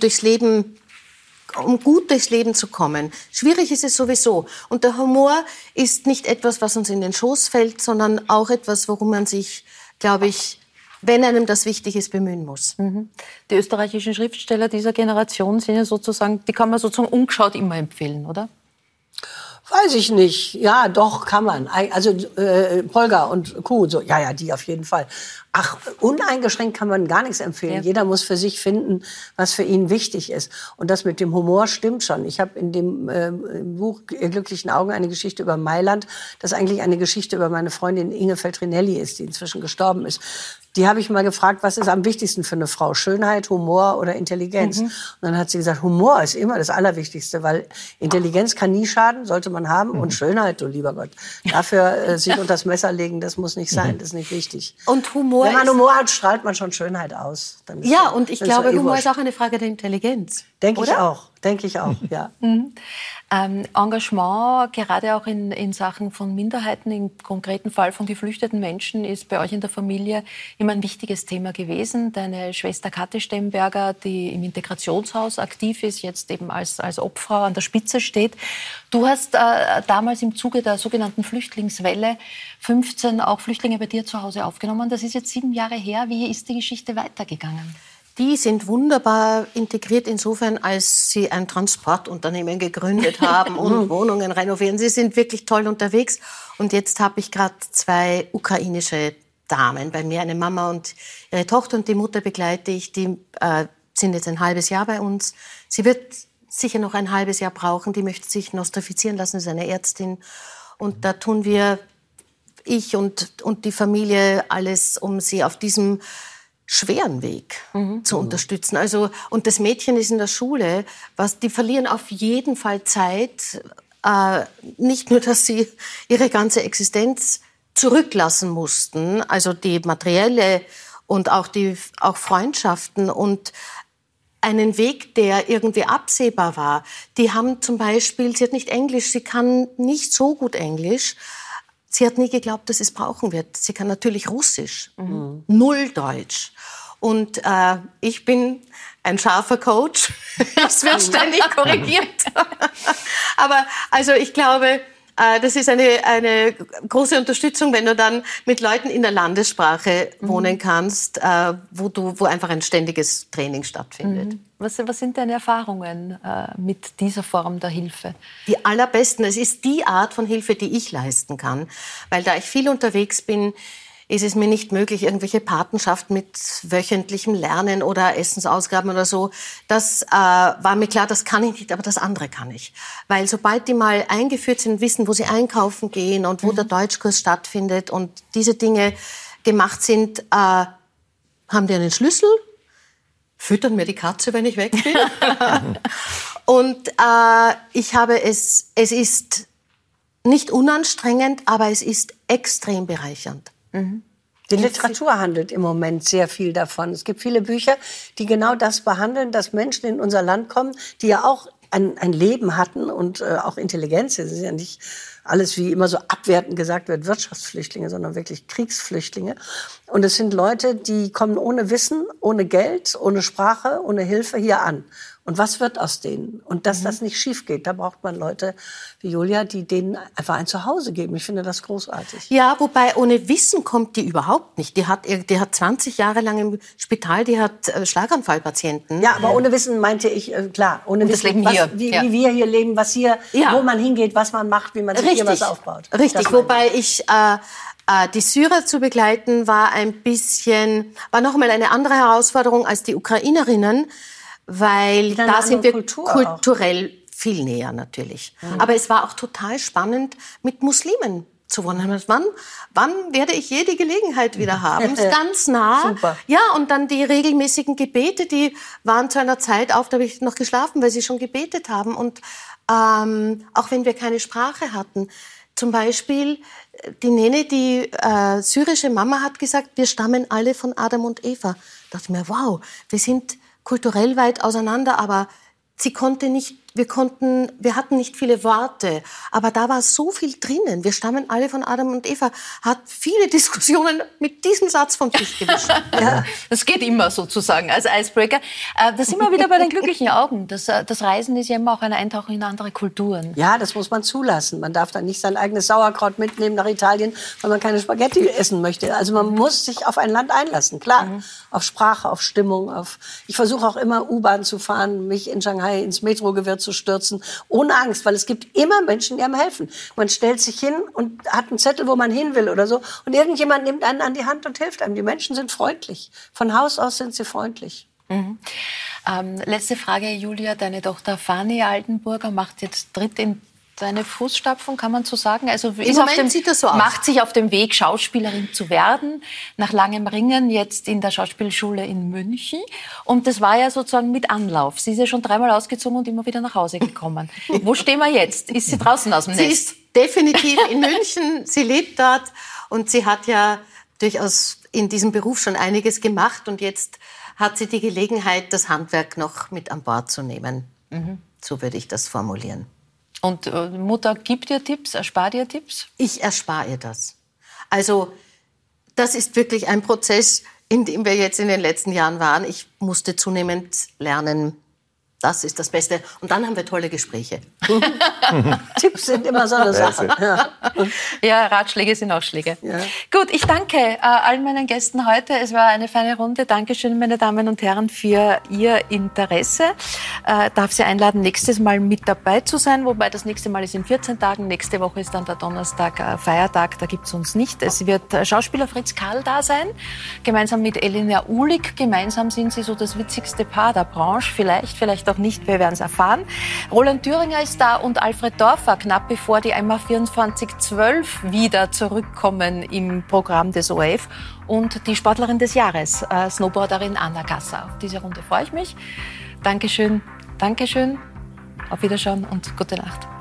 gut durchs Leben zu kommen. Schwierig ist es sowieso. Und der Humor ist nicht etwas, was uns in den Schoß fällt, sondern auch etwas, worum man sich, glaube ich, wenn einem das wichtig ist, bemühen muss. Die österreichischen Schriftsteller dieser Generation sind ja sozusagen, die kann man sozusagen ungeschaut immer empfehlen, oder? Weiß ich nicht. Ja, doch, kann man. Also Polger und Kuh, so, ja, die auf jeden Fall. Ach, uneingeschränkt kann man gar nichts empfehlen. Ja. Jeder muss für sich finden, was für ihn wichtig ist. Und das mit dem Humor stimmt schon. Ich habe in dem Buch Ihr glücklichen Augen eine Geschichte über Mailand, das eigentlich eine Geschichte über meine Freundin Inge Feltrinelli ist, die inzwischen gestorben ist. Die habe ich mal gefragt, was ist am wichtigsten für eine Frau? Schönheit, Humor oder Intelligenz? Und dann hat sie gesagt, Humor ist immer das Allerwichtigste, weil Intelligenz kann nie schaden, sollte man haben. Und Schönheit, du lieber Gott. Dafür sich unter das Messer legen, das muss nicht sein, das ist nicht wichtig. Und Humor Wenn man Humor hat, strahlt man schon Schönheit aus. Dann ist ja, und ich glaube, Humor ist auch eine Frage der Intelligenz. Denke ich auch, ja. Engagement, gerade auch in Sachen von Minderheiten, im konkreten Fall von geflüchteten Menschen, ist bei euch in der Familie immer ein wichtiges Thema gewesen. Deine Schwester Kathi Stemberger, die im Integrationshaus aktiv ist, jetzt eben als Obfrau an der Spitze steht. Du hast damals im Zuge der sogenannten Flüchtlingswelle 15 auch Flüchtlinge bei dir zu Hause aufgenommen. Das ist jetzt 7 Jahre her. Wie ist die Geschichte weitergegangen? Die sind wunderbar integriert insofern, als sie ein Transportunternehmen gegründet haben und Wohnungen renovieren. Sie sind wirklich toll unterwegs. Und jetzt habe ich gerade 2 ukrainische Damen bei mir, eine Mama und ihre Tochter. Und die Mutter begleite ich. Die sind jetzt ein halbes Jahr bei uns. Sie wird sicher noch ein halbes Jahr brauchen. Die möchte sich nostrifizieren lassen, ist eine Ärztin. Und da tun wir, ich und die Familie, alles, um sie auf diesem schweren Weg zu unterstützen. Also, und das Mädchen ist in der Schule, die verlieren auf jeden Fall Zeit. Nicht nur, dass sie ihre ganze Existenz zurücklassen mussten, also die materielle und auch Freundschaften und einen Weg, der irgendwie absehbar war. Die haben zum Beispiel, sie hat nicht Englisch, sie kann nicht so gut Englisch. Sie hat nie geglaubt, dass sie es brauchen wird. Sie kann natürlich Russisch, 0 Deutsch. Und ich bin ein scharfer Coach. Es wird ständig korrigiert. Aber also ich glaube, das ist eine große Unterstützung, wenn du dann mit Leuten in der Landessprache wohnen kannst, wo einfach ein ständiges Training stattfindet. Was sind deine Erfahrungen mit dieser Form der Hilfe? Die allerbesten. Es ist die Art von Hilfe, die ich leisten kann. Weil da ich viel unterwegs bin, ist es mir nicht möglich, irgendwelche Patenschaften mit wöchentlichem Lernen oder Essensausgaben oder so. Das war mir klar, das kann ich nicht, aber das andere kann ich. Weil sobald die mal eingeführt sind, wissen, wo sie einkaufen gehen und wo der Deutschkurs stattfindet und diese Dinge gemacht sind, haben die einen Schlüssel, füttern mir die Katze, wenn ich weg bin. Und es ist nicht unanstrengend, aber es ist extrem bereichernd. Die Literatur handelt im Moment sehr viel davon. Es gibt viele Bücher, die genau das behandeln, dass Menschen in unser Land kommen, die ja auch ein Leben hatten und auch Intelligenz. Es ist ja nicht alles, wie immer so abwertend gesagt wird, Wirtschaftsflüchtlinge, sondern wirklich Kriegsflüchtlinge. Und es sind Leute, die kommen ohne Wissen, ohne Geld, ohne Sprache, ohne Hilfe hier an. Und was wird aus denen? Und dass das nicht schief geht, da braucht man Leute wie Julia, die denen einfach ein Zuhause geben. Ich finde das großartig. Ja, wobei ohne Wissen kommt die überhaupt nicht. Die hat 20 Jahre lang im Spital, die hat Schlaganfallpatienten. Ja, aber ohne Wissen meinte ich, klar, ohne Wissen, wie wir hier leben, was hier, wo man hingeht, was man macht, wie man sich hier was aufbaut. Richtig, wobei die Syrer zu begleiten war noch mal eine andere Herausforderung als die Ukrainerinnen, weil da sind wir kulturell viel näher natürlich. Aber es war auch total spannend, mit Muslimen zu wohnen. Wann werde ich je die Gelegenheit wieder haben? Ist ganz nah. Super. Ja, und dann die regelmäßigen Gebete, die waren zu einer Zeit auf, da habe ich noch geschlafen, weil sie schon gebetet haben. Und auch wenn wir keine Sprache hatten, zum Beispiel die Nene, die syrische Mama, hat gesagt, wir stammen alle von Adam und Eva. Da dachte ich mir, wow, wir sind kulturell weit auseinander, aber wir hatten nicht viele Worte, aber da war so viel drinnen. Wir stammen alle von Adam und Eva. Hat viele Diskussionen mit diesem Satz vom Tisch gewischt. Ja, das geht immer sozusagen als Icebreaker. Da sind wir wieder bei den glücklichen Augen. Das Reisen ist ja immer auch ein Eintauchen in andere Kulturen. Ja, das muss man zulassen. Man darf dann nicht sein eigenes Sauerkraut mitnehmen nach Italien, weil man keine Spaghetti essen möchte. Also man muss sich auf ein Land einlassen, klar. Auf Sprache, auf Stimmung. Ich versuche auch immer U-Bahn zu fahren, mich in Shanghai ins Metrogewirr zu stürzen, ohne Angst, weil es gibt immer Menschen, die einem helfen. Man stellt sich hin und hat einen Zettel, wo man hin will oder so, und irgendjemand nimmt einen an die Hand und hilft einem. Die Menschen sind freundlich. Von Haus aus sind sie freundlich. Letzte Frage, Julia. Deine Tochter Fanny Altenburger tritt in deine Fußstapfen, kann man so sagen? Also sieht das so aus. Macht sich auf dem Weg, Schauspielerin zu werden, nach langem Ringen jetzt in der Schauspielschule in München. Und das war ja sozusagen mit Anlauf. Sie ist ja schon 3-mal ausgezogen und immer wieder nach Hause gekommen. Wo stehen wir jetzt? Ist sie draußen aus dem Nest? Sie ist definitiv in München. Sie lebt dort und sie hat ja durchaus in diesem Beruf schon einiges gemacht. Und jetzt hat sie die Gelegenheit, das Handwerk noch mit an Bord zu nehmen. So würde ich das formulieren. Und Mutter gibt dir Tipps, erspart dir Tipps? Ich erspare ihr das. Also das ist wirklich ein Prozess, in dem wir jetzt in den letzten Jahren waren. Ich musste zunehmend lernen, das ist das Beste. Und dann haben wir tolle Gespräche. Tipps sind immer so eine Sache. Ja, Ratschläge sind auch Schläge. Ja. Gut, ich danke allen meinen Gästen heute. Es war eine feine Runde. Dankeschön, meine Damen und Herren, für Ihr Interesse. Darf Sie einladen, nächstes Mal mit dabei zu sein. Wobei das nächste Mal ist in 14 Tagen. Nächste Woche ist dann der Donnerstag Feiertag. Da gibt es uns nicht. Es wird Schauspieler Fritz Karl da sein. Gemeinsam mit Elena Uhlig. Gemeinsam sind sie so das witzigste Paar der Branche. Vielleicht auch nicht, wir werden es erfahren. Roland Thüringer ist da und Alfred Dorfer, knapp bevor die einmal 2412 wieder zurückkommen im Programm des ORF. Und die Sportlerin des Jahres, Snowboarderin Anna Gasser. Auf diese Runde freue ich mich. Dankeschön, auf Wiederschauen und gute Nacht.